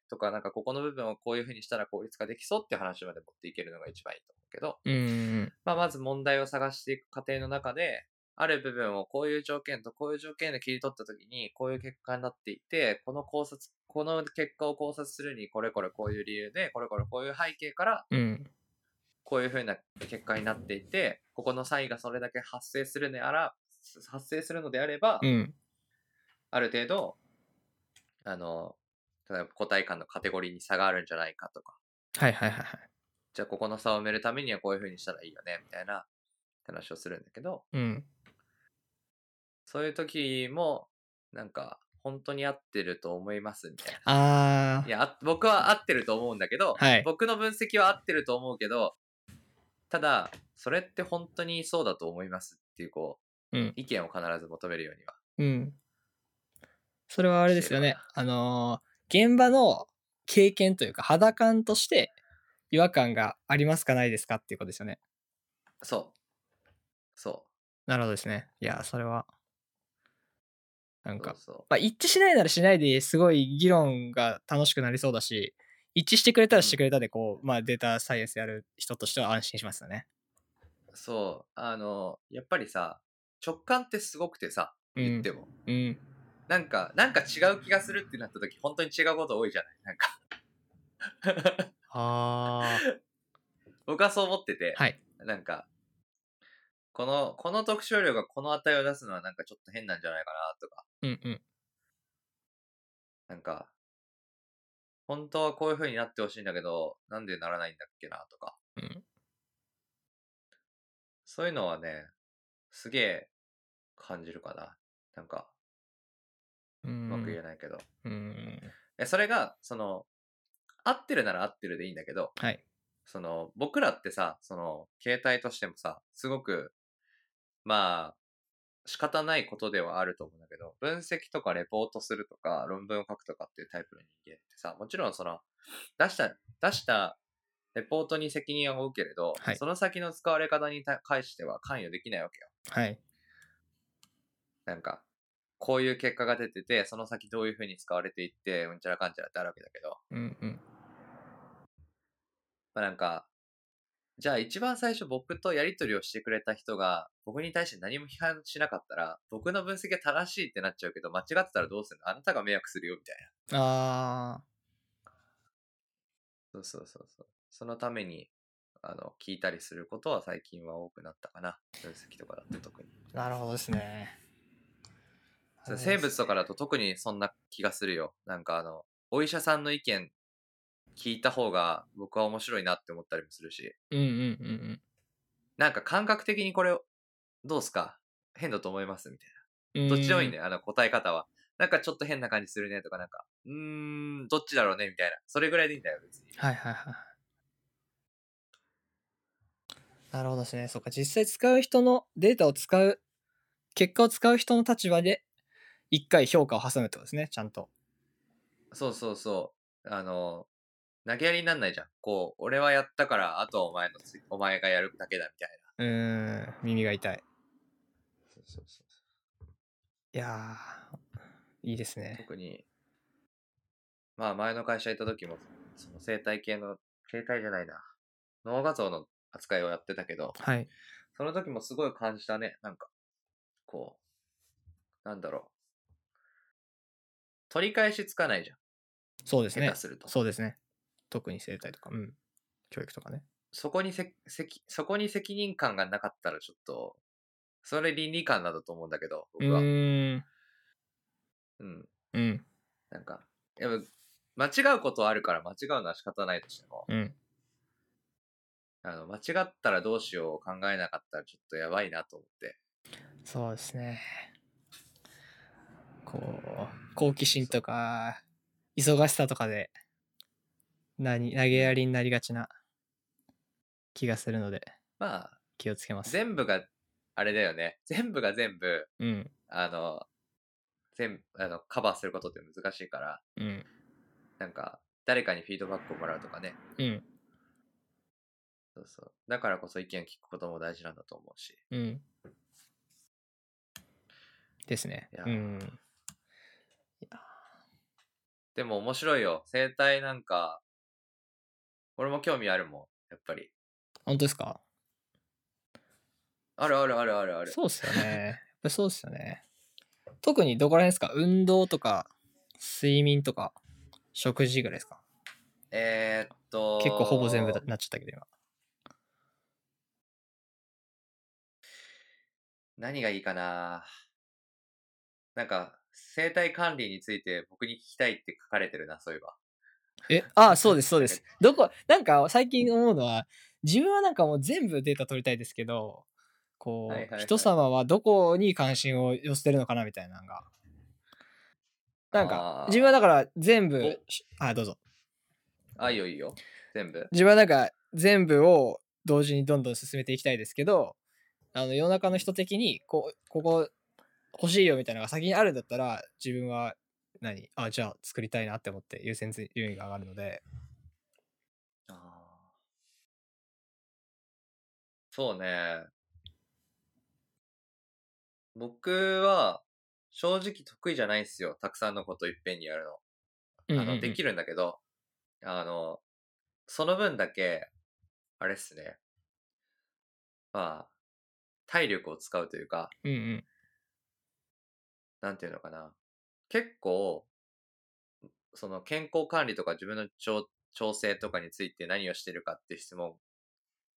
とか、なんかここの部分をこういう風にしたら効率化できそうっていう話まで持っていけるのが一番いいと思うけど、 うんうんうん。 まあ、まず問題を探していく過程の中で、ある部分をこういう条件とこういう条件で切り取ったときに、こういう結果になっていて、この考察、この結果を考察するに、これこれこういう理由で、これこれこういう背景から、 うん。 こういう風な結果になっていて、ここの差異がそれだけ発生するのであら、発生するのであれば、 うん。 ある程度、あの、例えば個体間のカテゴリーに差があるんじゃないかとか、 はいはいはいはい。 じゃあここの差を埋めるためにはこういう風にしたらいいよね、みたいな話をするんだけど、 うん。 そういう時も、なんか、本当に合ってると思いますみたいな。 ああ、 いや、あ僕は合ってると思うんだけど、 はい。 僕の分析は合ってると思うけど、ただ、それって本当にそうだと思いますっていう、こう、 うん。 意見を必ず求めるようにはうん。それはあれですよね。 してるかな。 あのー、現場の経験というか、肌感として違和感がありますかないですかっていうことですよね。 そう。そなるほどですね。いや、それは、なんう。そうか、 そまあ、一致しないならしないですごい議論が楽しくなりそうだし、一致してくれたう。うらしてくん。 れたで、こう、まあ、データサイエンスやる人としては安心しますよね。 そう。あの、やっぱりさ、直感ってすごくてさ、 うん。 言っても。 うん。 なんか、なんか違う気がするってなった時、本当に違うこと多いじゃないなんかああ、 僕はそう思ってて、 はい。 なんか、 この、この特徴量がこの値を出すのはなんかちょっと変なんじゃないかなとか、 うんうん。 なんか、本当はこういう風になってほしいんだけど、なんでならないんだっけなとか、 うん。 そういうのはね、すげえ感じるかな。なんか、 ううまくん。 言えないけど。 うん。 え、それが、その、合ってるなら合ってるでいいんだけど、 はい。 その、僕らってさ、その、携帯としてもさ、すごく、まあ、仕方ないことではあると思うんだけど、分析とかレポートするとか、論文を書くとかっていうタイプの人間ってさ、もちろんその、出した、出したレポートに責任を負うけれど、 はい。 その先の使われ方に対しては関与できないわけよ。 はい。 なんか、こういう結果が出てて、その先どういう風に使われていって、うんちゃらかんちゃらってあるわけだけど、 うんうん。 まあなんか、じゃあ一番最初僕とやり取りをしてくれた人が、僕に対して何も批判しなかったら、僕の分析が正しいってなっちゃうけど、間違ってたらどうするの？あなたが迷惑するよ、みたいな。 あそうそうそうそう。そのために、あの、聞いたりすることは最近は多くなったかな。分析とかだと特に。 ー、なるほどですね。 そう生物とかだと特にそんな気がするよ。なんかあの、お医者さんの意見聞いた方が僕は面白いなって思ったりもするし、 うんうんうんなんか感覚的にこれどうすか変だと思いますみたいうん。うな。どっちでもいいーん。 ね、あの答え方は。なんかちょっと変な感じするねとかなんか、うーん、どっちだろうねみたいな。それぐらいでいいんだよ、別に。 はいはいはい。なるほどですね。そうか、実際使う人のデータを使う、結果を使う人の立場で、一回評価を挟むってことですね、ちゃんと。 そうそうそう。あの、投げやりになんないじゃん。こう、俺はやったから、あとはお前のつ、お前がやるだけだみたいな。 うーん、耳が痛い。 そうそうそう。 いやー、いいですね。 特に、まあ前の会社行った時も、その生態系の、生態じゃないな。脳画像の扱いをやってたけど、 はい。 その時もすごい感じたね。なんか、こう、なんだろう。取り返しつかないじゃん。 そうですね。 下手すると。 そうですね。特に生態とか、うん。教育とかね。 そこにせ、せき、そこに責任感がなかったらちょっと、それ倫理観なんだと思うんだけど、 う僕は。 ーん。 うん。 うん。 なんか、やっぱ、間違うことはあるから間違うのは仕方ないとしても、 うん。 あの、間違ったらどうしようを考えなかったらちょっとやばいなと思って。 そうですね。こう、好奇心とか、忙しさとかで、何、投げやりになりがちな気がするので、 まあ、 気をつけます。 全部が、あれだよね。全部が全部、 うん。 あの、全あの、カバーすることって難しいから、 うん。 なんか、誰かにフィードバックをもらうとかね。 うん。 そうそう。だからこそ意見を聞くことも大事なんだと思うし。 うん。ですね。 いやー、 うん。いやでも面白いよ。生態なんか、俺も興味あるもん。やっぱり。 本当ですか？ あるあるあるあるある。 そうっすよね。やっぱそうっすよね。特にどこら辺ですか？運動とか、睡眠とか、食事ぐらいですか？ えー、っ結構ほぼ全部だと、 なっちゃったけど今。 何がいいかな。なんか、生態管理について僕に聞きたいって書かれてるな、そういえば。 え、あ、そうです、そうなんか、 です。どこ、なんか最近思うのは、自分はなんかもう全部データ取りたいですけど、 はいこう、 はいはい。 人様はどこに関心を寄せてるのかなみたいなのが。なんか、自分はあだから全ー、 部、 お、 しあ、どうぞ。 あ、いいよいいよ。全部。 自分はなんか全部を同時にどんどん進めていきたいですけど、あの世の中の人的にこうここ欲しいよみたいなのが先にあるんだったら自分は何あじゃあ作りたいなって思って優先順位が上がるので。 あー、そうね。僕は、正直得意じゃないんすよ。たくさんのこといっぺんにやるの。 うんうんうあの、でんきるんだけど、あの、その分だけ、あれっすね。まあ、体力を使うというか、 うんうんなんていうのかな。結構、その健康管理とか自分の調調整とかについて何をしてるかっていう質問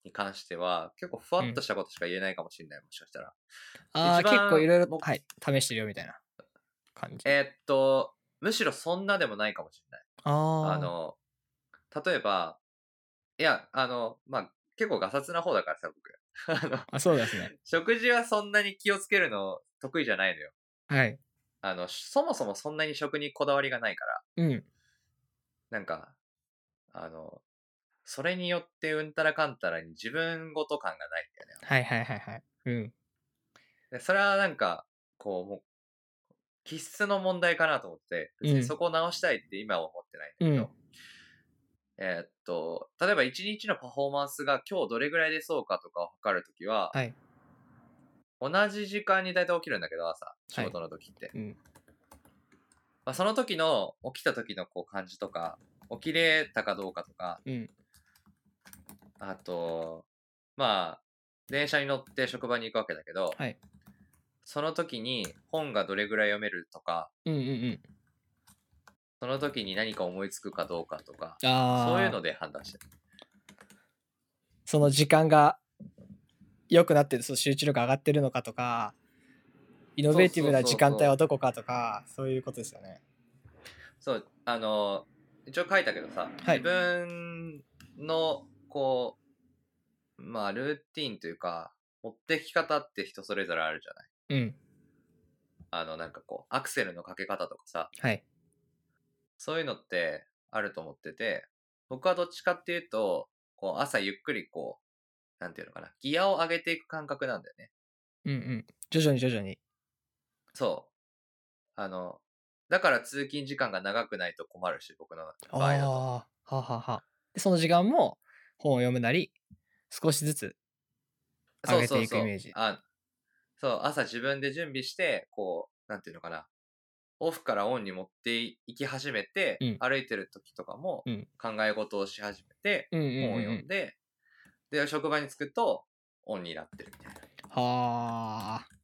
に関しては結構ふわっとしたことしか言えないかもしれない、もしかしたら。 ああ、 一番結構いろいろ、 僕はい、試してるよみたいな感じ。 えーっと、むしろそんなでもないかもしれない。ああの、例えば、いや、あの、まあ、結構ガサツな方だからさ、僕。あの、 あ、あ、そうですね。 食事はそんなに気をつけるの得意じゃないのよ。 はい。 あの、そもそもそんなに食にこだわりがないから、 うん。 なんか、あの、それによってうんたらかんたらに自分ごと感がないんだよね。 はいはいはいはい。うん。 でそれはなんか、こう、もう、気質の問題かなと思って、別にうん。 そこを直したいって今は思ってないんだうん。 けど、えーっと、例えば一日のパフォーマンスが今日どれぐらい出そうかとかを測るときは、 はい。 同じ時間に大体起きるんだけど、朝、仕はい。 事の時って。 うん。 まあ、その時の、起きた時のこう感じとか、起きれたかどうかとか、 うん。 あと、まあ、電車に乗って職場に行くわけだけど、 はい。 その時に本がどれぐらい読めるとか、 うんうんうん。 その時に何か思いつくかどうかとか、そういうああ、 ので判断してる。 その時間が良くなってる、その集中力上がってるのかとか、イノベーティブそうそうな時間帯そうそう。 はどこかとか、そういうことですよね。 そう、あの、一応書いたけどさ、自はい。 分の、こう、まあ、ルーティンというか、持ってき方って人それぞれあるじゃない。 うん。 あの、なんかこう、アクセルのかけ方とかさ、 はい。 そういうのってあると思ってて、僕はどっちかっていうと、こう、朝ゆっくりこう、なんていうのかな、ギアを上げていく感覚なんだよね。 うんうん。徐々に徐々に。 そう。あの、だから通勤時間が長くないと困るし、僕のあ場合だと。 あ、はあはあはあ。で、その時間も本を読むなり、少しずつ上そうげてそうそう。 いくイメージ。 あ、そう、朝自分で準備して、こう、なんていうのかな、オフからオンに持っていき始めて、 うん。 歩いてる時とかもうん。 考え事をし始めて、 うんうんうん本をうん。 読んで、で、職場に着くとオンになってるみたいな。 はあ。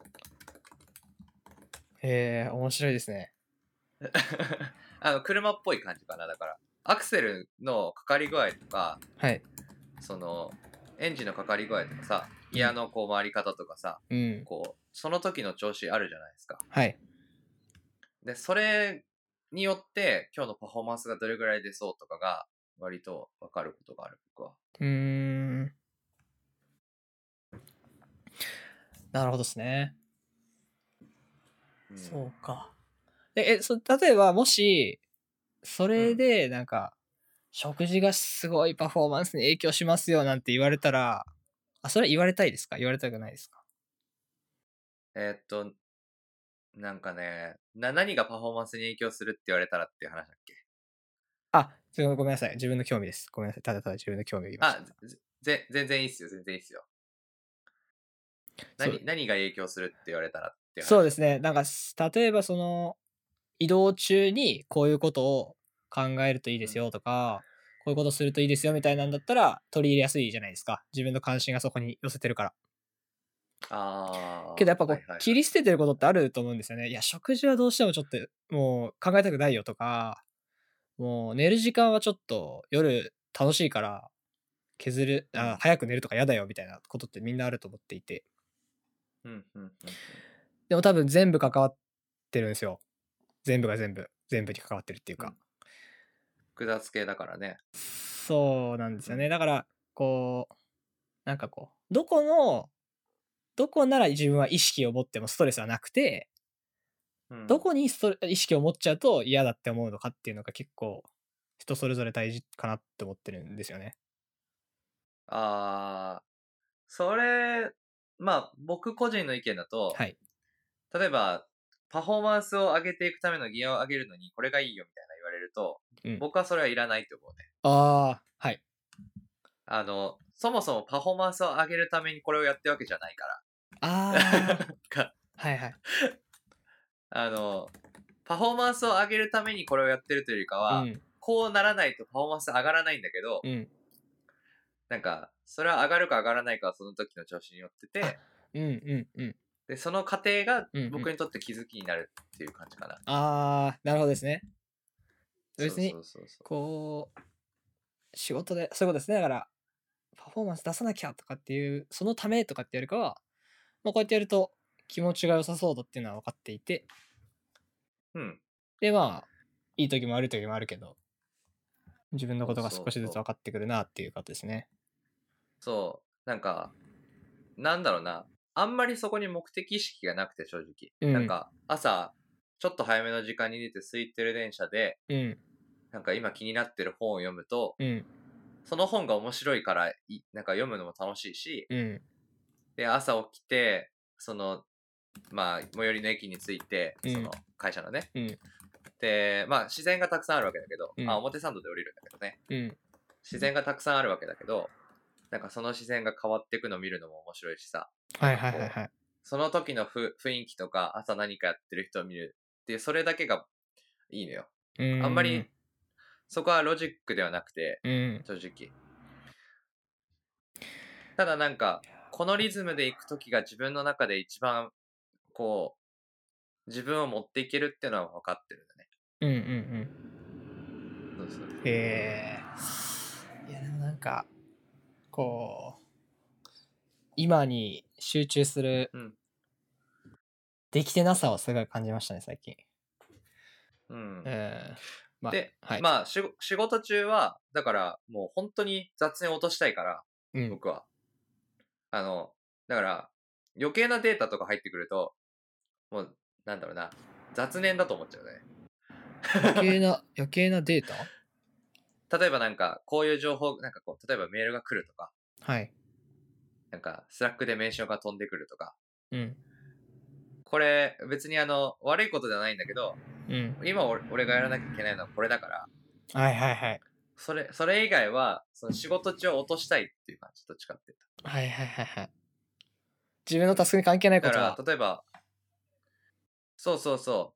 へえ、面白いですね。 あの、車っぽい感じかな。だから、アクセルのかかり具合とか、 はい。 その、エンジンのかかり具合とかさ、 うん。 ギアのこう回り方とかさ、 うん。 こう、その時の調子あるじゃないですか。 はい。 で、それによって今日のパフォーマンスがどれぐらい出そうとかが割とわかることがある、僕は。 うーん。なるほどですね。 うん。 そうか。え、え、そ例えばもし、それうん。 でなんか、食事がすごいパフォーマンスに影響しますよなんて言われたら、あ、それは言われたいですか？言われたくないですか？ えーっと、なんかね、な、何がパフォーマンスに影響するって言われたらっていう話だっけ？ あ、ちょごめんなさい。自分の興味です。ごめんなさい。ただただ自分の興味を言いましあ、 た。 ぜぜ全然いいっすよ、全然いいっすよ。 そう、 何、何が影響するって言われたらっていう話だっそうですね。なんか、す例えばその、移動中にこういうことを考えるといいでけ。うん。 すよとか、こういうことするといいですよみたいなんだったら、取り入れやすいじゃないですか。自分の関心がそこに寄せてるから。けどやああ、 っぱこう、 はいはいはい。 切り捨ててることってあると思うんですよね。いや、食事はどうしてもちょっと、もう考えたくないよとか、もう寝る時間はちょっと夜楽しいから削る、あ、 うん。 早く寝るとか嫌だよみたいなことってみんなあると思っていて。 うん、うん、うん、うん。 でも多分全部関わってるんですよ。全部が全部、全部に関わってるっていうか。 うん。複雑系だからね。 そうなんですうん。 よね。だから、こう、なんかこう、どこの、どこなら自分は意識を持ってもストレスはなくて、 うん。 どこにストレ意識を持っちゃうと嫌だって思うのかっていうのが結構、人それぞれ大事かなって思ってるんですよね。 ああ、それ、まあ、僕個人の意見だと、 はい。 例えば、パフォーマンスを上げていくためのギアを上げるのに、これがいいよみたいな言われると、 うん。 僕はそれはいらないと思うね。 ああ、はい。 あの、そもそもパフォーマンスを上げるためにこれをやってるわけじゃないから。 ああ、 かはいはい。 あの、パフォーマンスを上げるためにこれをやってるというよりかは、 うん、 こうならないとパフォーマンス上がらないんだけど、 うん。 なんか、それは上がるか上がらないかはその時の調子によってあ、 て、 うんうんうん。 で、その過程がうんうん。 僕にとって気づきになるっていう感じかな。 ああ、なるほどですね。別に、 そうそうそうそこう、仕事でそういうことですね、だから、 パフォーマンス出さなきゃとかっていう、そのためとかってよりかは、まあ、こうやってやると気持ちが良さそうだっていうのは分かっていて、 うん。 で、まあ、いい時も悪い時もあるけど、自分のことがそうそう少しずつそう分かってくるなっていうことですね。 そうなんかなんだろうなあんまりそこに目的意識がなくて正直、 うん、 なんか朝ちょっと早めの時間に出て空いてる電車でうん、 なんか今気になってる本を読むと、 うん、 その本が面白いからいなんか読むのも楽しいし、 うん、 で朝起きてそのまあ最寄りの駅に着いて、 うんその会社のね、 うん、 でまあ自然がたくさんあるわけだけど、 うん、 あ表参道で降りるんだけどね、 うん、 自然がたくさんあるわけだけど、なんかその自然が変わっていくのを見るのも面白いしさ、なはいんかこう、 はいはいはい。 その時のふ雰囲気とか朝何かやってる人を見るっていうそれだけがいいのよ。 うーん、 あんまりそこはロジックではなくて、 うん、 正直。ただなんかこのリズムでいく時が自分の中で一番こう自分を持っていけるっていうのは分かってるんだね。 うんうんうん。 そうそう。 へえ。いやでもなんか、こう、今に集中するうん。 できてなさをすごい感じましたね、最近。 うん。 えー、まあ、 で、 はい。 まあしご仕事中はだからもう本当に雑に落としたいから、 うん。 僕は。あの、だから余計なデータとか入ってくると、もうなんだろうな、雑念だと思っちゃうね。 余計な、余計なデータ例えばなんかこういう情報、なんかこう、例えばメールが来るとか、 はい。 なんかスラックで名称が飛んでくるとか、 うん。 これ別にあの悪いことではないんだけど、 うん。 今俺俺がやらなきゃいけないのはこれだから、 はいはいはい。 それ、それ以外は、その仕事中を落としたいっていう感じ、どっちかっていうはいはいはいはい。自分と。うん。 のタスクに関係ないだかことは、 ら、例えば、そうそうそう、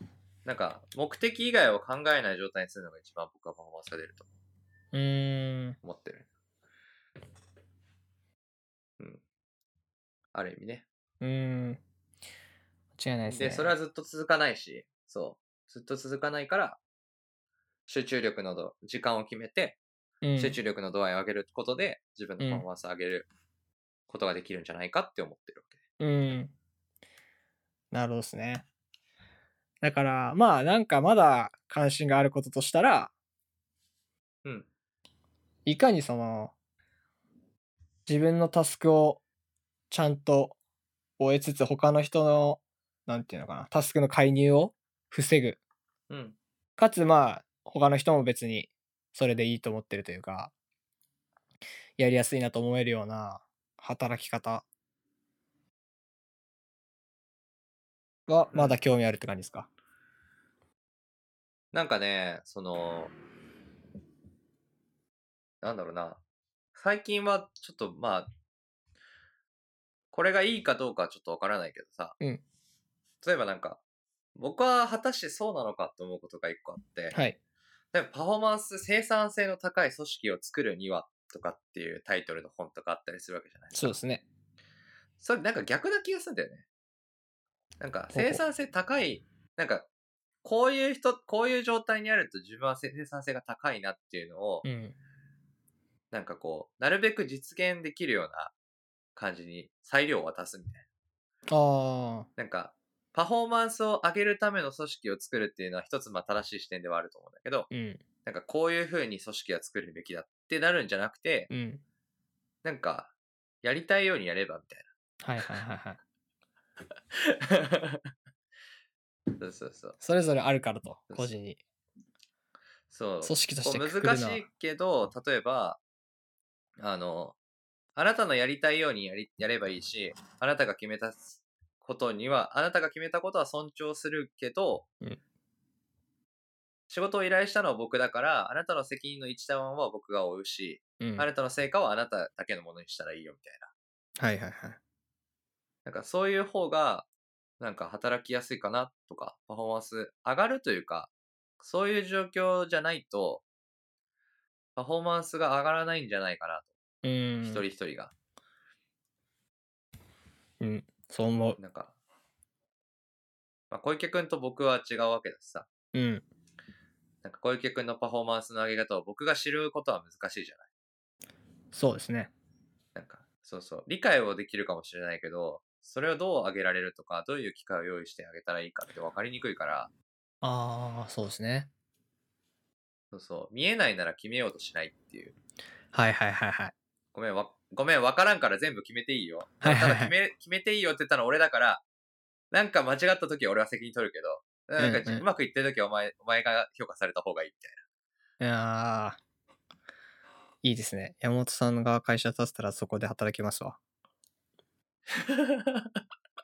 なんか、目的以外を考えない状態にするのが一番僕はパフォーマンスが出るとうーん。 思ってる。うん。ある意味ね。 うーん。間違いないですで、それはね。 ずっと続かないし、そう。ずっと続かないから、集中力の度、時間を決めて、 うん。 集中力の度合いを上げることで、自分のうん。 パフォーマンスを上げることができるんじゃないかって思ってるわけうん。なるほどですね。だから、まあ、なんかまだ関心があることとしたら、 で。うん。 いかにその、自分のタスクをちゃんと終えつつ、他の人の、なんていうのかな、タスクの介入を防ぐ。 うん。 かつ、まあ、他の人も別にそれでいいと思ってるというか、やりやすいなと思えるような働き方がうん。 まだ興味あるって感じですか？ なんかね、その、なんだろうな。最近はちょっとまあ、これがいいかどうかはちょっとわからないけどさ、 うん。 例えばなんか、僕は果たしてそうなのかと思うことが一個あって、 はい。 例えばパフォーマンス、生産性の高い組織を作るにはとかっていうタイトルの本とかあったりするわけじゃないですか。 そうですね。 それなんか逆な気がするんだよね。なんかほうほう。 生産性高い、なんかこういう人、こういう状態にあると自分は生産性が高いなっていうのを、 うん。 なんかこう、なるべく実現できるような感じに裁量を渡すみたいああ。 な。なんか、パフォーマンスを上げるための組織を作るっていうのは一つまあ正しい視点ではあると思うんだけど、 うん。なんなんかこういう風に組織は作るべきだってなるんじゃなくて、 うん。 なんか、やりたいようにやればみたいはいはいはいはい。 な。そうそうそう。 それぞれあるからと、 そうそう。 個人に。 そうこう組織としてくくるのは。 難しいけど、例えば、あの、あなたのやりたいようにやりやればいいし、あなたが決めたことには、あなたが決めたことは尊重するけど、 うん。 仕事を依頼したのは僕だから、あなたの責任の一端は僕が負うし、 うん。 あなたの成果はあなただけのものにしたらいいよみたいな。 はいはいはい。 なんかそういう方が、なんか働きやすいかなとか、パフォーマンス上がるというか、そういう状況じゃないと、パフォーマンスが上がらないんじゃないかなと。 うー一人ん。 一人が。 うん。そう思う。 なんか、まあ、小池くんと僕は違うわけだしさ。 うん。 なんか小池くんのパフォーマンスの上げ方を僕が知ることは難しいじゃない。 そうですね。 なんか、そうそう、理解はできるかもしれないけど、それをどう上げられるとか、どういう機会を用意してあげたらいいかって分かりにくいから、 ああ、そうですね。 そうそう、見えないなら決めようとしないっていう。 はいはいはいはい。 ごめん、わ、ごめん、分からんから全部決めていいよ。ただ、たはいはいはい。 だ決め、決めていいよって言ったのは俺だから、なんか間違った時は俺は責任取るけど、なんかうんうん。 うまくいってる時はお前、お前が評価された方がいいみたいいやー、いいですね。山本さんが会社立てたらそこで働きますわ。 な。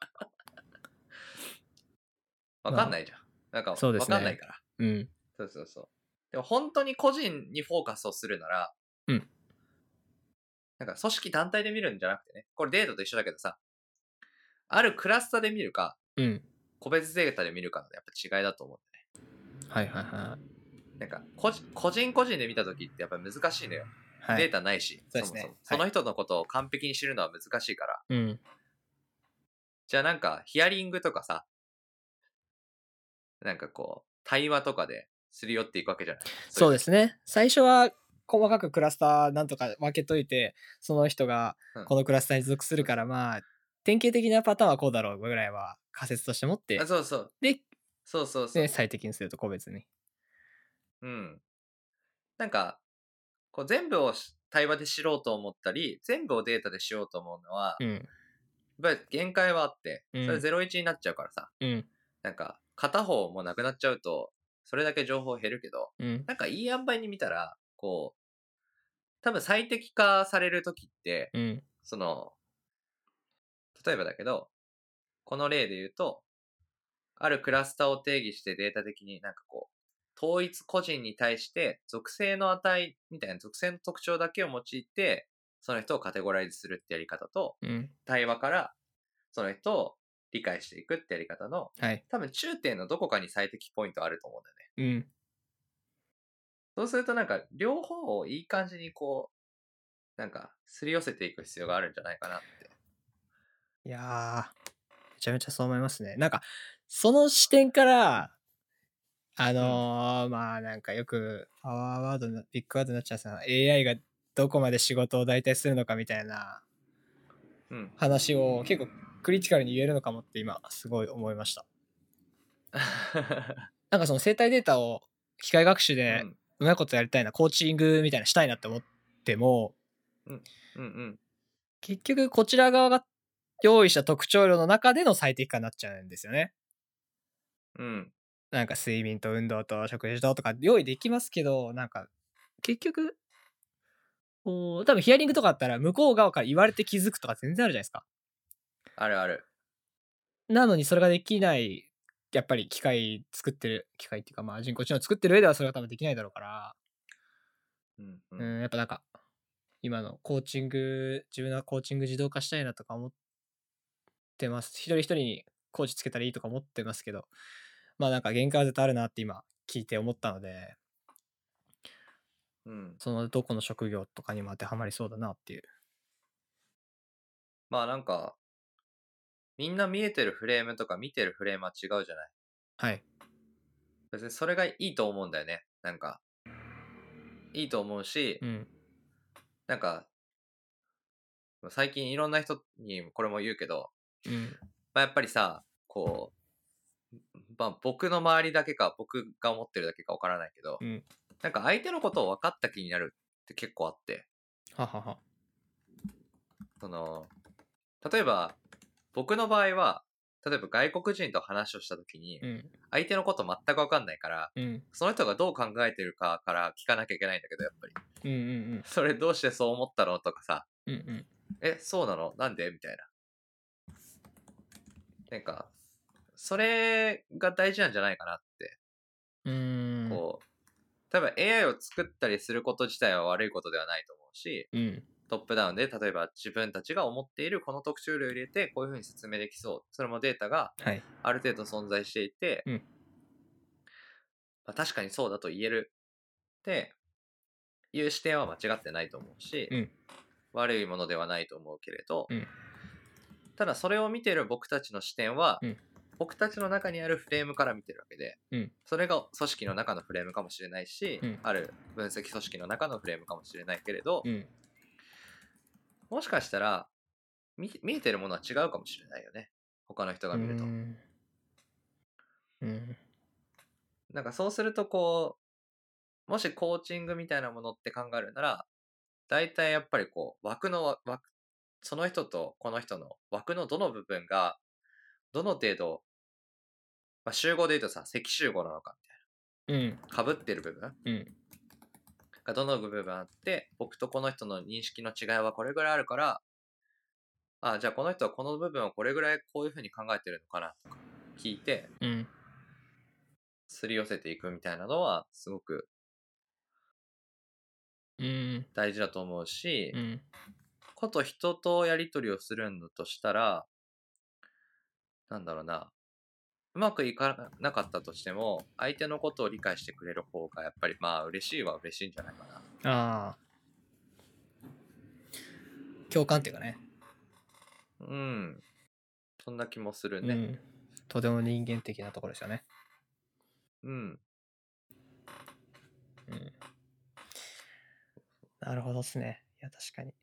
分かんまあ、 ないじゃん。なんか分そうですね。 かんないから。 うん。 そうそうそう。でも本当に個人にフォーカスをするなら、 うん。 なんか組織単体で見るんじゃなくてね、これデータと一緒だけどさ、あるクラスターで見るか、 うん。 個別データで見るかのやっぱ違いだと思うんはいはいはい。 だね。なんか個人個人個人で見た時ってやっぱり難しいのよ。 はい。 データないし、 そうですね。 そもそも。その人のことを完璧に知るのは難しいから。 うん。 じゃあなんかヒアリングとかさ、なんかこう、対話とかですり寄っていくわけじゃない。 そうですね。最初は細かくクラスターなんとか分けといて、その人がうん。 このクラスターに属するから、まあ、典型的なパターンはこうだろうぐらいは仮説として持っあ、 て、 そうそう。 で、 そうそうそでう。 最適にすると個別に。 うん。なんか、こう全部をし対話で知ろうと思ったり、全部をデータでしようと思うのは、 うん。 やっぱり限界はあって、それうん。 ゼロイチになっちゃうからさ、 うん。 なんか片方もなくなっちゃうと、それだけ情報減るけど、 うん。 なんかいい塩梅に見たら、こう、多分最適化されるときって、 うん。 その、例えばだけど、この例で言うと、あるクラスターを定義してデータ的になんかこう、統一個人に対して属性の値みたいな属性の特徴だけを用いて、その人をカテゴライズするってやり方と、 うん。 対話からその人を理解していくってやり方の、 はい。 多分中点のどこかに最適ポイントあると思うんだよね。 うん。 そうするとなんか両方をいい感じにこう、なんかすり寄せていく必要があるんじゃないかなって。 いやー、めちゃめちゃそう思いますね。なんか、その視点から、あのーまあなんかよくパワーワードな、ビッグワードになっちゃうさ、エーアイ がどこまで仕事を代替するのかみたいなうん。 話を結構クリティカルに言えるのかもって今すごい思いました。なんかその生体データを機械学習でうん。 うまいことやりたいな、コーチングみたいなしたいなって思っても、 うん。うん。うん。 結局こちら側が用意した特徴量の中での最適化になっちゃうんですよね。 うん。 なんか睡眠と運動と食事ととか用意できますけど、なんか結局、こう多分ヒアリングとかあったら向こう側から言われて気づくとか全然あるじゃないですか。 あるある。 なのにそれができない、やっぱり機械作ってる、機械っていうかまあ人工知能作ってる上ではそれは多分できないだろうから、 うん。う。 うんん、やっぱなんか、今のコーチング、自分はコーチング自動化したいなとか思ってます。一人一人にコーチつけたらいいとか思ってますけど、まあなんか限界は絶対あるなって今聞いて思ったので、 うん。 そのどこの職業とかにも当てはまりそうだなっていう。 まあなんか、みんな見えてるフレームとか見てるフレームは違うじゃない。 はい。 別にそれがいいと思うんだよね。なんか、いいと思うしう、ん。 なんか、最近いろんな人にこれも言うけど、 うん。 まあ、やっぱりさ、こう、まあ僕の周りだけか、僕が思ってるだけかわからないけど、 うん。 なんか相手のことを分かった気になるって結構あって、 ははは。 その、例えば、僕の場合は、例えば外国人と話をした時に、 うん。 相手のこと全く分かんないから、 うん。 その人がどう考えてるかから聞かなきゃいけないんだけど、やっぱり。 うんうんうん。 それどうしてそう思ったのとかさ、 うんうん。 え、そうなのなんでみたいな。なんか、それが大事なんじゃないかなって。 うーん。 こう、多分 エーアイ を作ったりすること自体は悪いことではないと思うし、 うん。 トップダウンで例えば自分たちが思っているこの特徴量を入れてこういうふうに説明できそう。それもデータがはい。 ある程度存在していて、 うん。 まあ、確かにそうだと言えるっていう視点は間違ってないと思うし、 うん。 悪いものではないと思うけれど、 うん。 ただそれを見ている僕たちの視点は、 うん。 僕たちの中にあるフレームから見てるわけで、 うん。 それが組織の中のフレームかもしれないし、 うん。 ある分析組織の中のフレームかもしれないけれど、 うん。 もしかしたら見、見えてるものは違うかもしれないよね。他の人が見ると。 うんうんなんかそうするとこう、もしコーチングみたいなものって考えるなら、大体やっぱりこう、枠の枠、その人とこの人の枠のどの部分が、どの程度、まあ、集合で言うとさ、積集合なのかみうんたいな。被ってる部分うんがどの部分あって、僕とこの人の認識の違いはこれぐらいあるから、あ、じゃあこの人はこの部分をこれぐらいこういうふうに考えてるのかなとか聞いて、 うんすり寄せていくみたいなのはすごくうん大事だと思うし、 うんこと人とやり取りをするんだとしたら、なんだろうな、うまくいかなかったとしても、相手のことを理解してくれる方が、やっぱりまあ嬉しいは嬉しいんじゃないかな。 ああ共感っていうかね。 うん。そんな気もするね。 うんとても人間的なところですよね。 うん。 うんなるほどっすね。いや確かに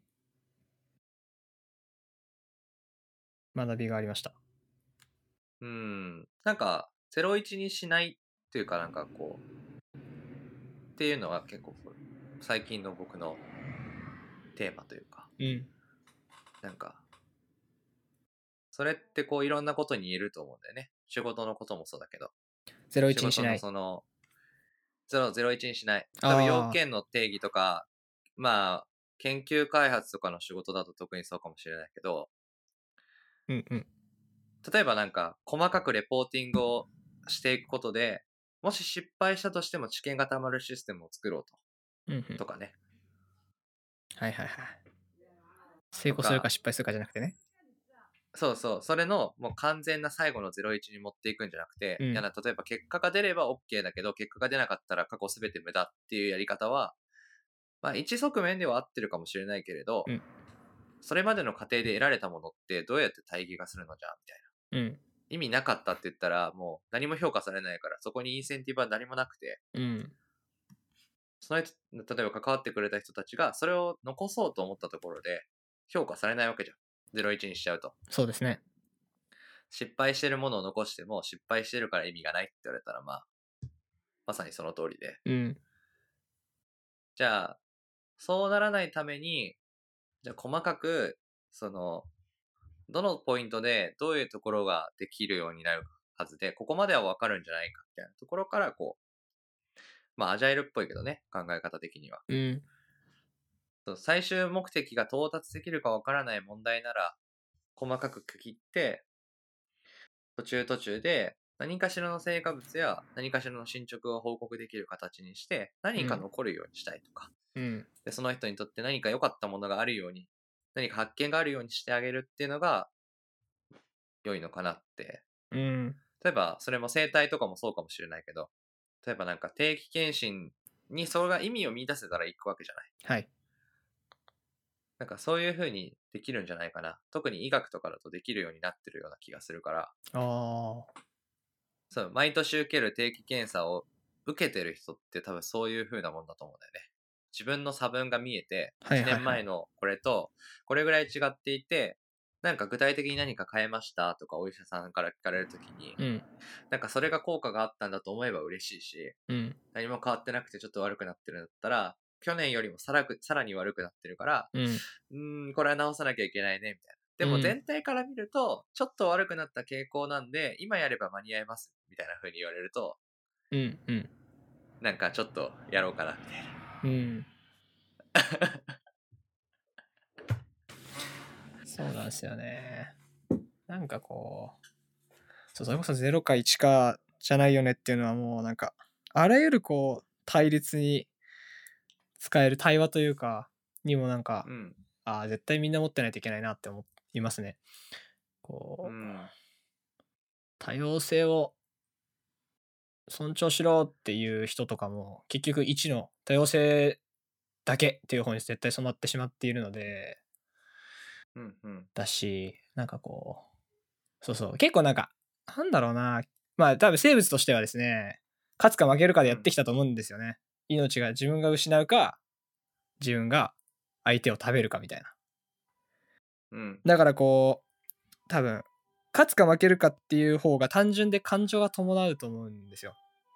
学びがありました。 うん。なんか、ゼロイチにしないっていうかなんかこう、っていうのは結構最近の僕のテーマというか、 うんなんか、それってこういろんなことに言えると思うんだよね。仕事のこともそうだけど。 ゼロイ仕事のチにしない。 その、ゼロ、ゼロイチにしない。例えばあ要あ件の定義とか、まあ、研究開発とかの仕事だと特にそうかもしれないけど、 うんうん例えばなんか細かくレポーティングをしていくことで、もし失敗したとしても知見がたまるシステムを作ろううんうんと。とかね。 はいはいはい。成とか、 功するか失敗するかじゃなくてね。 そうそう、それのもう完全な最後のゼロイチに持っていくんじゃなくて、 うんいやな例えば結果が出れば OK だけど、結果が出なかったら過去すべて無駄っていうやり方は、まあ一側面では合ってるかもしれないけれど、 うんそれまでの過程で得られたものってどうやって対義がするのじゃみたいな。 うん意味なかったって言ったらもう何も評価されないから、そこにインセンティブは何もなくて、 うんその人、例えば関わってくれた人たちがそれを残そうと思ったところで評価されないわけじゃん。ゼロイチにしちゃうと。 そうですね。 失敗してるものを残しても失敗してるから意味がないって言われたらまあ、まさにその通りで。 うんじゃあ、そうならないために、じゃあ細かく、その、どのポイントでどういうところができるようになるはずで、ここまではわかるんじゃないかみたいなところからこう、まあアジャイルっぽいけどね、考え方的には。 うんそう最終目的が到達できるかわからない問題なら、細かく区切って、途中途中で何かしらの成果物や何かしらの進捗を報告できる形にして、何か残るようにしたいとか、 うんでその人にとって何か良かったものがあるように、何か発見があるようにしてあげるっていうのが良いのかなって。 うん例えば、それも生態とかもそうかもしれないけど、例えばなんか定期検診にそれが意味を見出せたら行くわけじゃない。 はい。 なんかそういう風にできるんじゃないかな。特に医学とかだとできるようになってるような気がするから、 ああそう、毎年受ける定期検査を受けてる人って多分そういう風なもんだと思うんだよね。自分の差分が見えて、1 はいはいはい年前のこれとこれぐらい違っていて、なんか具体的に何か変えましたとかお医者さんから聞かれるときに、 うんなんかそれが効果があったんだと思えば嬉しいし、 うん何も変わってなくてちょっと悪くなってるんだったら、去年よりもさらくさらに悪くなってるから、 うんうーん、これは直さなきゃいけないね、みたいな。でうんも全体から見ると、ちょっと悪くなった傾向なんで、今やれば間に合います、みたいな風に言われると、 うんうんなんかちょっとやろうかな、みたいな。 うんそうなんですよね。なんかこうそうそれこそゼロかいちかじゃないよねっていうのはもうなんかあらゆるこう対立に使える対話というかにもなんかうん。 ああ絶対みんな持ってないといけないなって思いますね。 うこうん。 多様性を尊重しろっていう人とかも結局いちの多様性だけっていう方に絶対染まってしまっているのでうん。うん。 だしなんかこうそうそう結構なんかなんだろうなまあ多分生物としてはですね勝つか負けるかでやってきたと思うんですよね。命が自分が失うか自分が相手を食べるかみたいな。 うん。 だからこう多分勝つか負けるかっていう方が単純で感情が伴うと思うんですよ。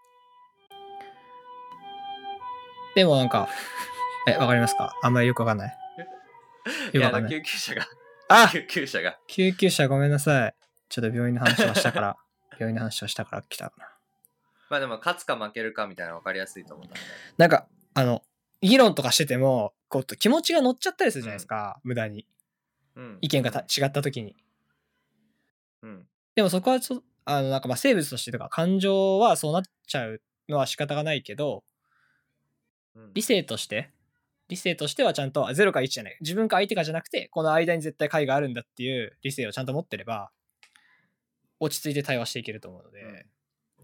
でもなんかえわかりますか？あんまりよくわかんない。 いや、あの、 よくわかんない。 救急車が、 あ救急車が。 救急車ごめんなさい。ちょっと病院の話をしたから、病院の話をしたから来たかな。 まあでも、勝つか負けるかみたいなの分かりやすいと思うんだよね。 なんか、あの、議論とかしてても、こう気持ちが乗っちゃったりするじゃないですうん。 か、無駄に。 うん。 意見がたうん。 違った時に。 うん。 でもそこはちょあの、なんかまあ生物としてとか、感情はそうなっちゃうのは仕方がないけど、 うん。 理性として、理性としてはちゃんとゼロかいちじゃない。自分か相手かじゃなくて、この間に絶対解があるんだっていう理性をちゃんと持ってれば、落ち着いて対話していけると思うので、 うん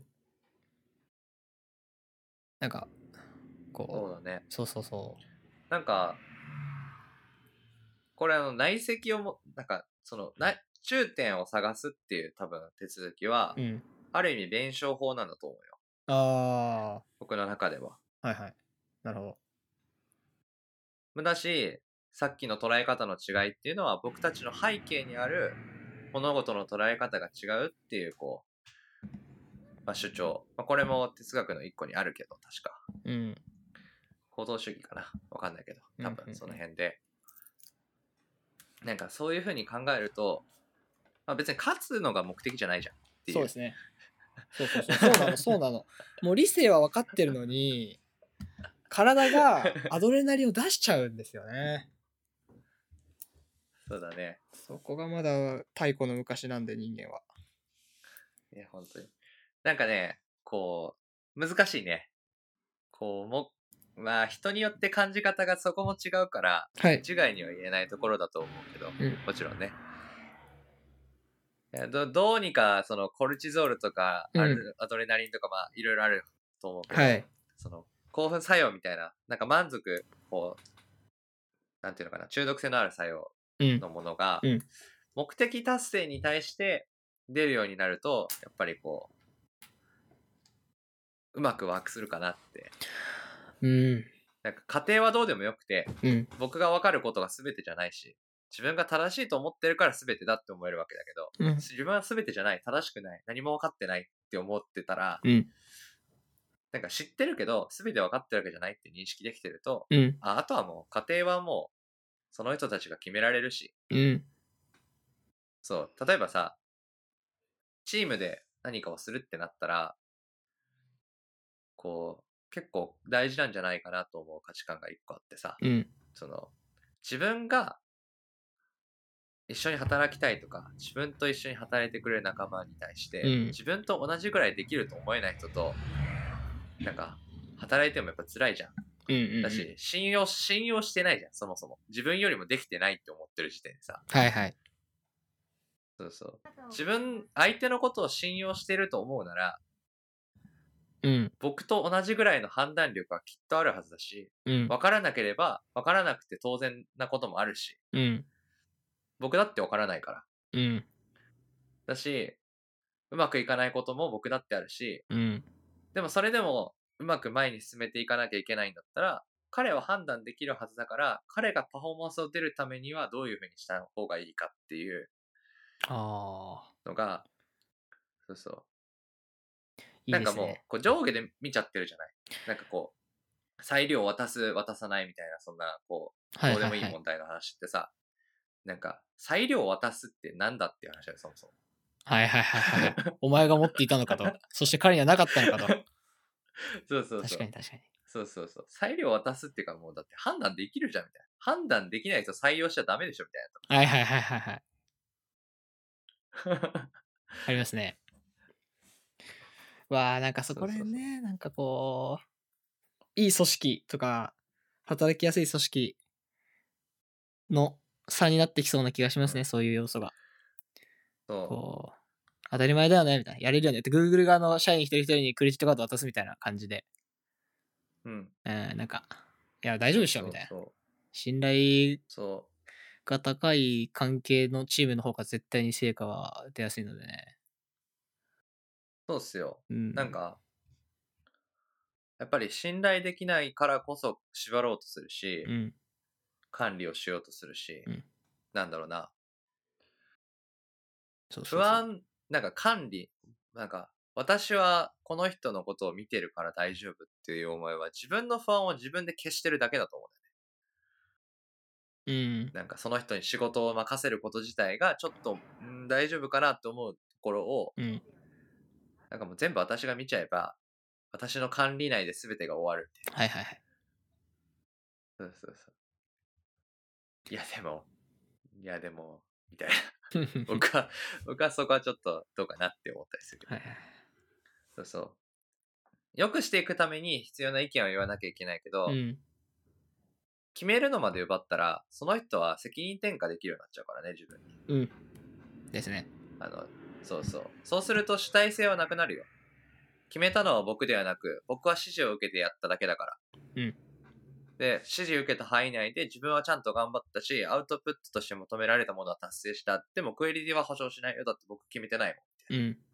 なんか、こそうだね。 う、そうそうそなんか、これあの内積をも、なんか、その、な中点を探すっていう多分手続きは、 う。うん。 ある意味弁証法なんだと思うよ。 あ僕の中では。 あ、はいはい。なるほど。 だし、さっきの捉え方の違いっていうのは、僕たちの背景にある物事の捉え方が違うっていう、こう、まあ、主張。まあ、これも哲学の一個にあるけど、確か。 うん。 行動主義かなわかんないけど、多分そのうんうんうん辺で。なんかそういうふうに考えると、まあ、別に勝つのが目的じゃないじゃんっていう。 そうですね。そうそうそう。そうなの、そうなの。もう理性は分かってるのに、体がアドレナリンを出しちゃうんですよね。 そうだね。 そこがまだ太古の昔なんで、人間は。 いや、本当に。なんかね、こう、難しいね。こう、も、まあ人によって感じ方がそこも違うから、 はい。 一概には言えないところだと思うけど、 うん。 もちろんね。いやどどうにかそのコルチゾールとかうん。 アルアドレナリンとかまあいろいろあると思うけど、 はい。 その興奮作用みたいな、なんか満足、こう、なんていうのかな、中毒性のある作用うん。 のものが、 うん。 目的達成に対して出るようになると、やっぱりこう、うまくワークするかなって。 うん。 なんか過程はどうでもよくて、 うん。 僕が分かることが全てじゃないし、自分が正しいと思ってるから全てだって思えるわけだけど、 うん。 自分は全てじゃない、正しくない、何も分かってないって思ってたら、 うん。 なんか知ってるけど、全て分かってるわけじゃないって認識できてると、 うん。 ああとはもう過程はもう、その人たちが決められるし、 うん。 そう、例えばさ、チームで何かをするってなったら、こう、結構大事なんじゃないかなと思う価値観が一個あってさ、 うん。 その、自分が一緒に働きたいとか、自分と一緒に働いてくれる仲間に対して、 うん自分と同じぐらいできると思えない人と、なんか、働いてもやっぱ辛いじゃん。 うん。 だし、信用、信用してないじゃん、そもそも。自分よりもできてないって思ってる時点でさ。 はいはい。 そうそう。自分、相手のことを信用してると思うなら、 うん。 僕と同じぐらいの判断力はきっとあるはずだし、 うん。 分からなければ、分からなくて当然なこともあるし、 うん。 僕だって分からないから。 うん。 だし、うまくいかないことも僕だってあるし、 うん。 でもそれでもうまく前に進めていかなきゃいけないんだったら、彼は判断できるはずだから、彼がパフォーマンスを出るためにはどういうふうにした方がいいかっていうああ。 のが、そうそう。 いいなんかもうですね。 こう上下で見ちゃってるじゃない。なんかこう、裁量を渡す、渡さないみたいな、そんな、こう、どうでもいい問題の話ってさ、なんか、裁量を渡すってなんだっていう話だよ、そもそも。 はいはいはいはい。お前が持っていたのかと。そして彼にはなかったのかと。 そうそうそう。 確かに確かに。 そうそうそう。裁量を渡すっていうかもうだって判断できるじゃんみたいな。判断できない人採用しちゃダメでしょみたいはいはいはいはいはい。 な。 ありますね。わあ、なんかそこそうそうそう。 ら辺ね、なんかこう、いい組織とか、働きやすい組織の差になってきそうな気がしますね、 うん、 そういう要素が。 そこう、当たり前だよね、みたいな。やれるよねって、Google 側の社員一人一人にクレジットカード渡すみたいな感じで。 う。うん。 うん、なんか、いや、大丈夫そうでしょ、みたいな。 そうそう。 信頼そが高い関係のチームの方が絶対に成果は出やすいのでね。 う。そうっすよ。 うん。 なんか、やっぱり信頼できないからこそ縛ろうとするし、 うん。 管理をしようとするし、 うん。 なんだろうな。 そうそうそう不安、なんか管理、なんか私はこの人のことを見てるから大丈夫っていう思いは自分の不安を自分で消してるだけだと思う。 うんなんかその人に仕事を任せること自体がちょっと、ん大丈夫かなって思うところを、 うんなんかもう全部私が見ちゃえば、私の管理内で全てが終わるみたいな。 はいはいはいそうそうそう。いやでも、いやでも、みたいな。僕は、僕はそこはちょっとどうかなって思ったりするけど。 はいはいそうそう。良くしていくために必要な意見を言わなきゃいけないけど、 うん決めるのまで奪ったら、その人は責任転嫁できるようになっちゃうからね、自分に。 うんですね。 あの、そうそう。そうすると主体性はなくなるよ。決めたのは僕ではなく、僕は指示を受けてやっただけだから。 うんで、指示受けた範囲内で自分はちゃんと頑張ったし、アウトプットとして求められたものは達成した。でもクエリティは保証しないよ。だって僕決めてないもん。 うん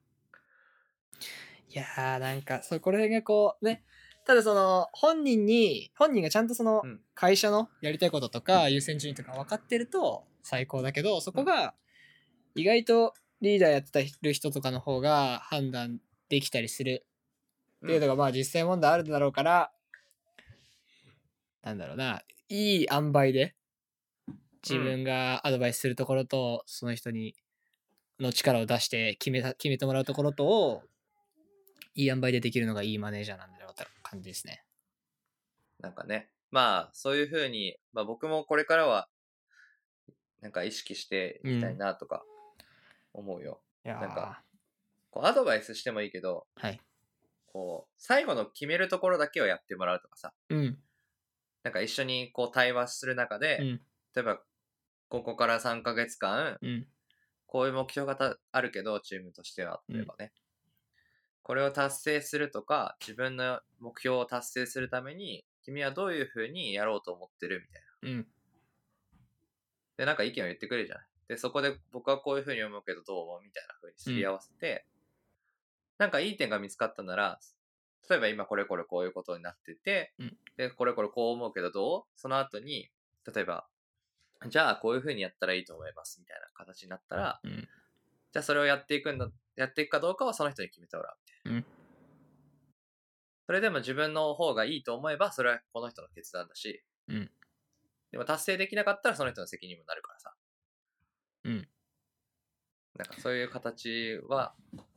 いやーなんかそこら辺がこうね、ただその本人に本人がちゃんとそのうん会社のやりたいこととか優先順位とか分かってると最高だけど、そこが意外とリーダーやってる人とかの方が判断できたりするっていうのがまあ実際問題あるだろうから、なんだろうな、いい塩梅で自分がアドバイスするところとその人にの力を出して決めた決めてもらうところとをいい塩梅でできるのがいいマネージャーなんだろうって感じですね。 なんかね、まあそういうふうに、まあ僕もこれからはなんか意識していきたいなとか思うよ。 いやーなんかこうアドバイスしてもいいけど、 はいこう最後の決めるところだけをやってもらうとかさ、 うんなんか一緒にこう対話する中で、 うん例えばここからさんかげつかん、 うんこういう目標がたあるけど、チームとしては、例えばね、これを達成するとか、自分の目標を達成するために、君はどういうふうにやろうと思ってるみたいな。 うんで、なんか意見を言ってくれるじゃない。で、そこで僕はこういうふうに思うけどどう思うみたいなふうにすり合わせて、なんかいい点が見つかったなら、例えば今これこれこういうことになってて、 うんで、これこれこう思うけどどうその後に、例えば、じゃあこういうふうにやったらいいと思いますみたいな形になったら、 うんじゃあそれをやっていくんだ、やっていくかどうかはその人に決めてもらうみたいな。 うんそれでも自分の方がいいと思えば、それはこの人の決断だし、 うんでも達成できなかったらその人の責任もなるからさ。 うんなんかそういう形は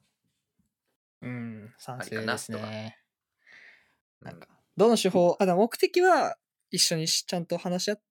うん賛ありか成ですなとか。 ね。 うんなんかどの手法、あ、でも目的は一緒にしちゃんと話し合って、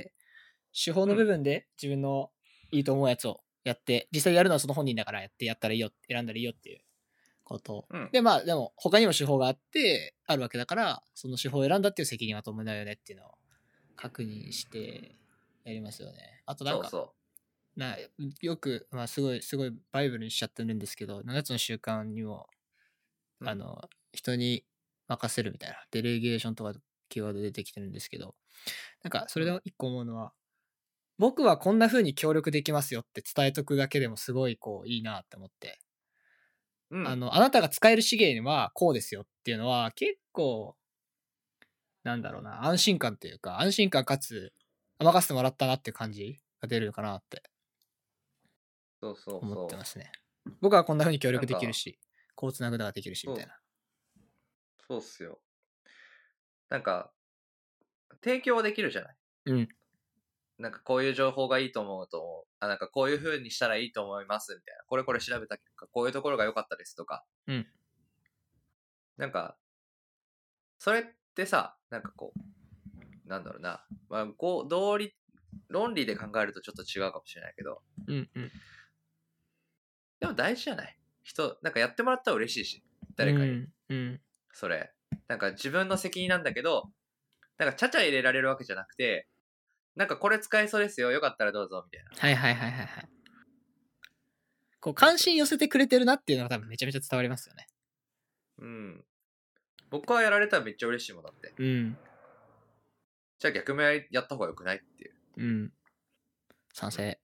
手法の部分で自分のいいと思うやつをやって、実際やるのはその本人だからやってやったらいいよ、選んだらいいよっていうことうんで、まあでも他にも手法があってあるわけだから、その手法を選んだっていう責任は伴うよねっていうのを確認してやりますよね。あとなんかそうそなよく、まあ、すごいすごいバイブルにしちゃってるんですけど、ななつの習慣にも、 うんあの人に任せるみたいなデレゲーションとかキーワード出てきてるんですけど、なんかそれで一個思うのは、僕はこんな風に協力できますよって伝えとくだけでもすごいこういいなって思って、 う。うん。 あのあなたが使える資源はこうですよっていうのは結構なんだろうな、安心感というか安心感かつ任せてもらったなっていう感じが出るかなってそうそう思ってそますね。僕はこんな風に協う。な力んか、 できるし、こうつなぐのができるしみたいな。 そうっすよ。なんか、提供はできるじゃない。 うんなんかこういう情報がいいと思うと思う。あ、なんかこういう風にしたらいいと思いますみたいな。これこれ調べた結果、こういうところが良かったですとか。 うんなんか、それってさ、なんかこう、なんだろうな。まあ、こう、道理、論理で考えるとちょっと違うかもしれないけど、 うんうんでも大事じゃない人、なんかやってもらったら嬉しいし、誰かに。 うんうんそれ。なんか自分の責任なんだけど、なんかちゃちゃ入れられるわけじゃなくて、なんかこれ使えそうですよ。よかったらどうぞ、みたいな。 はいはいはいはいはい。こう関心寄せてくれてるなっていうのが多分めちゃめちゃ伝わりますよね。 うん。僕はやられたらめっちゃ嬉しいもんだって。 うんじゃあ逆もやりやった方がよくないっていう。 うん賛成。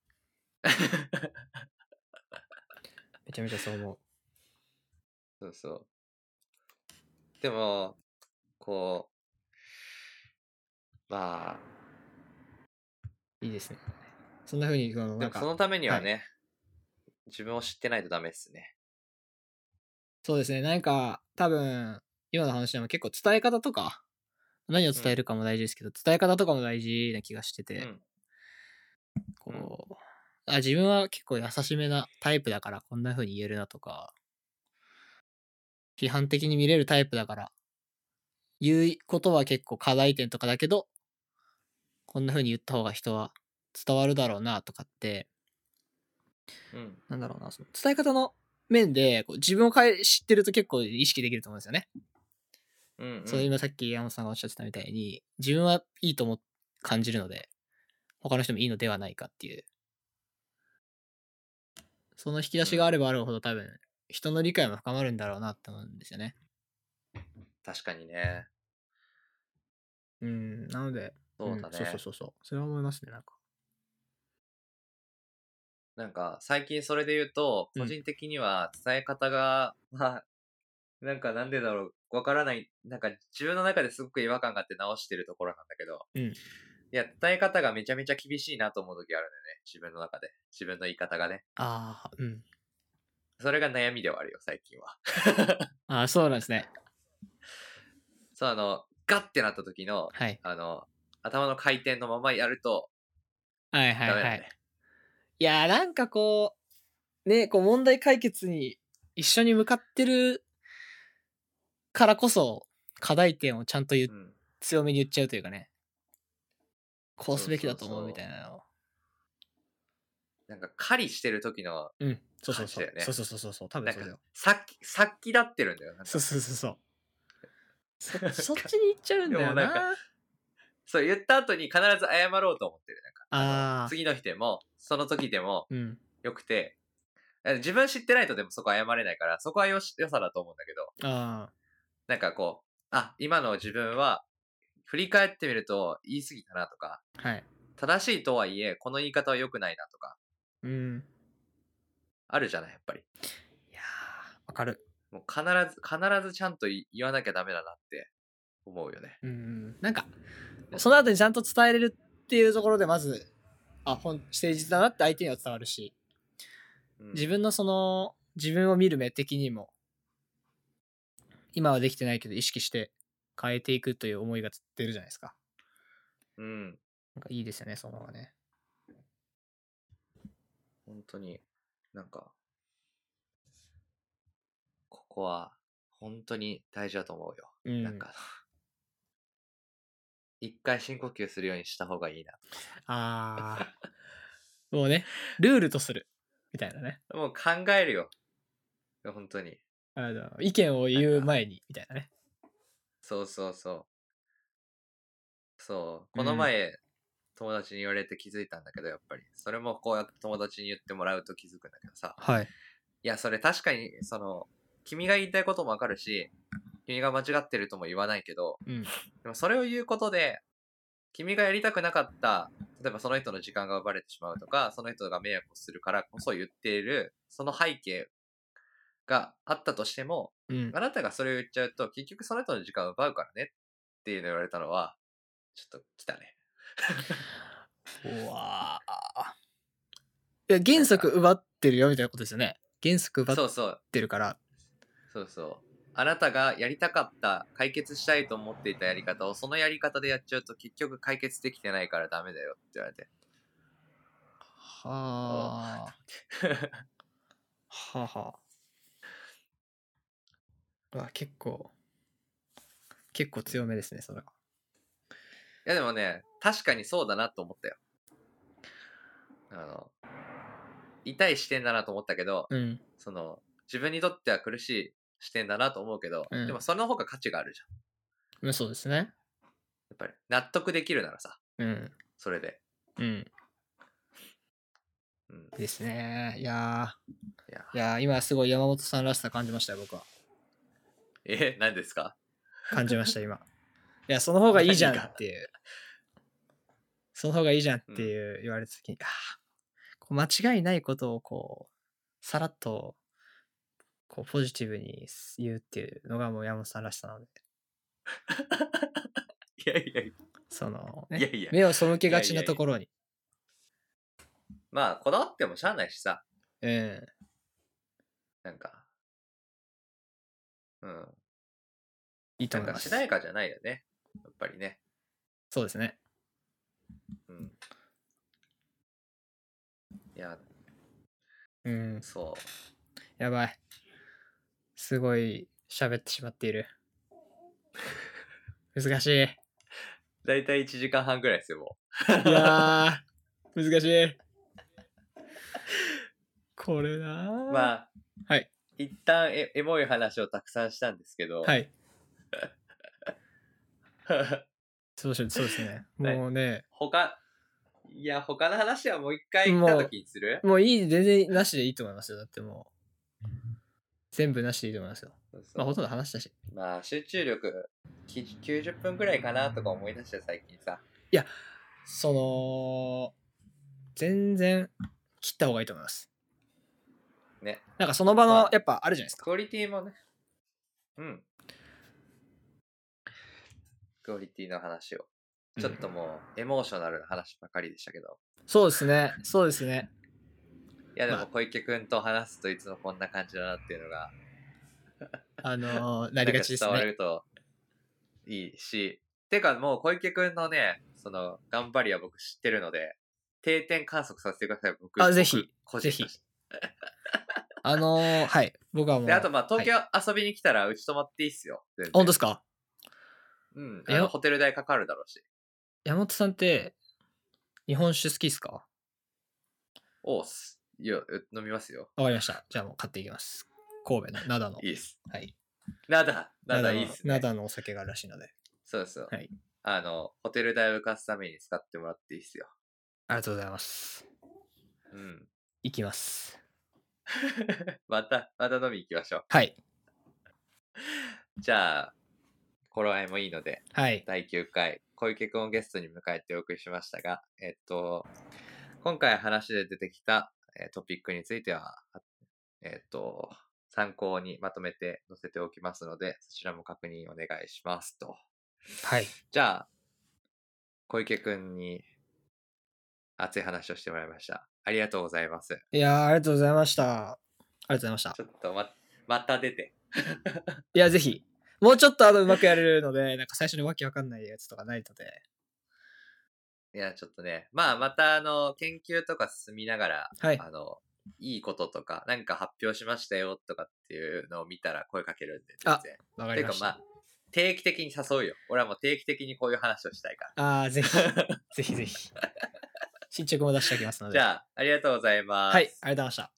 めちゃめちゃそう思う。 そうそう。でも、こう、まあ、 いいですね。そんな風にそのなんかでもそのためにはね、 はい自分を知ってないとダメっすね。 そうですね。なんか、多分、今の話でも結構伝え方とか、何を伝えるかも大事ですけど、伝え方とかも大事な気がしてて、 うん。 こう、あ、自分は結構優しめなタイプだからこんな風に言えるなとか、批判的に見れるタイプだから、言うことは結構課題点とかだけど、こんな風に言った方が人は伝わるだろうなとかって、 うん。 なんだろうな、その伝え方の面でこう自分を変え知ってると結構意識できると思うんですよね。 うんうん。 そう今さっき山本さんがおっしゃってたみたいに、自分はいいとも感じるので、他の人もいいのではないかっていう、その引き出しがあればあるほど多分、人の理解も深まるんだろうなって思うんですよね。 確かにね。 うん、なので、 そうだね。 ん、そうそうそうそう。それは思いますね、なんか。 なんか、最近それで言うと、 うん個人的には伝え方が、まあ、なんかなんでだろう、わからない、なんか自分の中ですごく違和感があって直してるところなんだけど、 うん。 いや、伝え方がめちゃめちゃ厳しいなと思う時あるんだよね。自分の中で。自分の言い方がね。 ああ、うん。 それが悩みではあるよ、最近は。 ああ、そうなんですね。 そう、あの、ガッてなった時の、 はい。 あの、頭の回転のままやるとはいはいはい。 ダメだね。 いやー、なんかこう、ね、こう問題解決に一緒に向かってるからこそ、課題点をちゃんと言ううん。 強めに言っちゃうというかね、こうすべきそうそうだと思うみたそいなのを。 う。なんか狩りしてる時のうん。そうそうそう。 感じだよね。 そうそうそうそうそう。多分なんか、 そうだよ。 さっき、さっきだってるんだよ。なんそうか、 そうそうそう。そなんかそっちに行っちゃうんだよでもなんか、 な。 そう言った後に必ず謝ろうと思ってる。なんか、あの、 ああ。 次の日でも、その時でもうん。 よくて、自分知ってないとでもそこ謝れないから、そこはよし、良さだと思うんだけど、 ああ。 なんかこう、あ、今の自分は、振り返ってみると言い過ぎたなとか、 はい。 正しいとはいえ、この言い方は良くないなとか、 うん。 あるじゃない、やっぱり。 いやー、わかる。 もう必ず、必ずちゃんと言言わなきゃダメだなって思うよね。 うん。なんか、その後にちゃんと伝えれるっていうところで、まず、あ、ほん、誠実だなって相手には伝わるし、 うん。 自分のその、自分を見る目的にも、今はできてないけど意識して変えていくという思いが出るじゃないですか。 うん。 なんかいいですよね、その方がね。 本当に、なんか、ここは、本当に大事だと思うよ。 うん。 なんか、一回深呼吸するようにした方がいいなとかさ。 あー。もうね、ルールとする。みたいなね。 もう考えるよ。本当に。 あの意見を言う前に、みたいなね。 そうそうそう。そう。このうん。 前、友達に言われて気づいたんだけど、やっぱり。それもこうやって友達に言ってもらうと気づくんだけどさ。 はい。 いや、それ確かに、その、君が言いたいこともわかるし、君が間違ってるとも言わないけど、 うん。 でもそれを言うことで、君がやりたくなかった、例えばその人の時間が奪われてしまうとか、その人が迷惑をするからこそ言っている、その背景があったとしても、 うん。 あなたがそれを言っちゃうと、結局その人の時間を奪うからねっていうのを言われたのは、ちょっと来たね。 うわー。いや、原則奪ってるよみたいなことですよね。原則奪っそうそう。 てるから。 そうそう。あなたがやりたかった、解決したいと思っていたやり方をそのやり方でやっちゃうと結局解決できてないからダメだよって言われて。 はあ。はあはあ。わ、結構、結構強めですね、それは。 いやでもね、確かにそうだなと思ったよ。あの、痛い視点だなと思ったけど、 うん。 その、自分にとっては苦しい視点だなと思うけど、 うんでもその方が価値があるじゃん。 まあそうですね。 やっぱり納得できるならさ、 うん。 それで。 うん。 うん。 ですね。いやいや、 ー、いやー今すごい山本さんらしさ感じましたよ、僕は。 え、何ですか？ 感じました、今。いや、その方がいいじゃん何がっていう。その方がいいじゃんっうん。 ていう言われた時に、あーこう間違いないことをこう、さらっと、こう、ポジティブに言うっていうのがもう山本さんらしさなので、 いやいやいそのね、 やいやいや。 目を背けがちいやいやいやなところに。 まあ、こだわってもしゃあないしさ。 ええなんか、うん。 いいと思います。 なんかしなやかじゃないよね。やっぱりね。 そうですね。 うん。いや、 うん。 そう。 やばい。すごい喋ってしまっている。難しい。いだいたいいちじかんはんぐらいですよ、もう。 やー、難しい。これなー。 まあ、 はい。 一旦エエモい話をたくさんしたんですけど、 はい。そうしそうですね。もうね、 他、いや、他の話はもう一回来た時にするもういい、全然なしでいいと思いますよ。だってもう、全部なしでいいと思いますよ。 そうそうまあ、ほとんど話したし。 まあ、集中力ききゅうじゅっぷんぐらいかなとか思い出して最近さ。 いや、その、全然切った方がいいと思います。 ね。 なんかその場まあ、 のやっぱあるじゃないですか。 クオリティもね。うん。クオリティの話を。ちょっともう、エモーショナルな話ばかりでしたけど。 そうですね。そうですね。 いや、でまあも小池くんと話すといつもこんな感じだなっていうのが、 あのーなりなんか伝わがちですね。 るといいし、てかもう小池くんのね、その頑張りは僕知ってるので、定点観測させてください、僕。 あぜひ僕個人として。 あのーはい。僕はもう。 で、あとまあ東はい京遊びに来たらうち泊まっていいっすよ。全然本当ですか？ うん。 いやあの、ホテル代かかるだろうし。 山本さんって日本酒好きですか？ おうっす。いや、う飲みますよ。 わかりました。じゃあもう買っていきます。神戸の灘の。 いいっす。 はい。 なだ、なだ灘のいいっすね。 灘のお酒があるらしいので。 そうそう。 はい。 あの、ホテル代を浮かすために使ってもらっていいっすよ。 ありがとうございます。 うん。 行きます。 また、また飲み行きましょう。 はい。 じゃあ、頃合いもいいので、 はい。 だいきゅうかい、小池くんをゲストに迎えてお送りしましたが、えっと、今回話で出てきた、えートピックについては、えっと、参考にまとめて載せておきますので、そちらも確認お願いしますと。 はい。 じゃあ、小池くんに熱い話をしてもらいました。ありがとうございます。 いやー、ありがとうございました。ありがとうございましたち。ょっとま、また出て。 いや、ぜひ。もうちょっとあのうまくやれるので、なんか最初にわけわかんないやつとかないので。 いや、ちょっとね、まあ、また、あの、研究とか進みながら、 はいあの、いいこととか、なんか発表しましたよとかっていうのを見たら声かけるんで、全あ然。 わかりました。 ていうか、まあ、定期的に誘うよ。俺はもう定期的にこういう話をしたいかあー、ぜひ。 ら。 ぜひぜひ。進捗も出しておきますので。 じゃあ、ありがとうございます。 はい、ありがとうございました。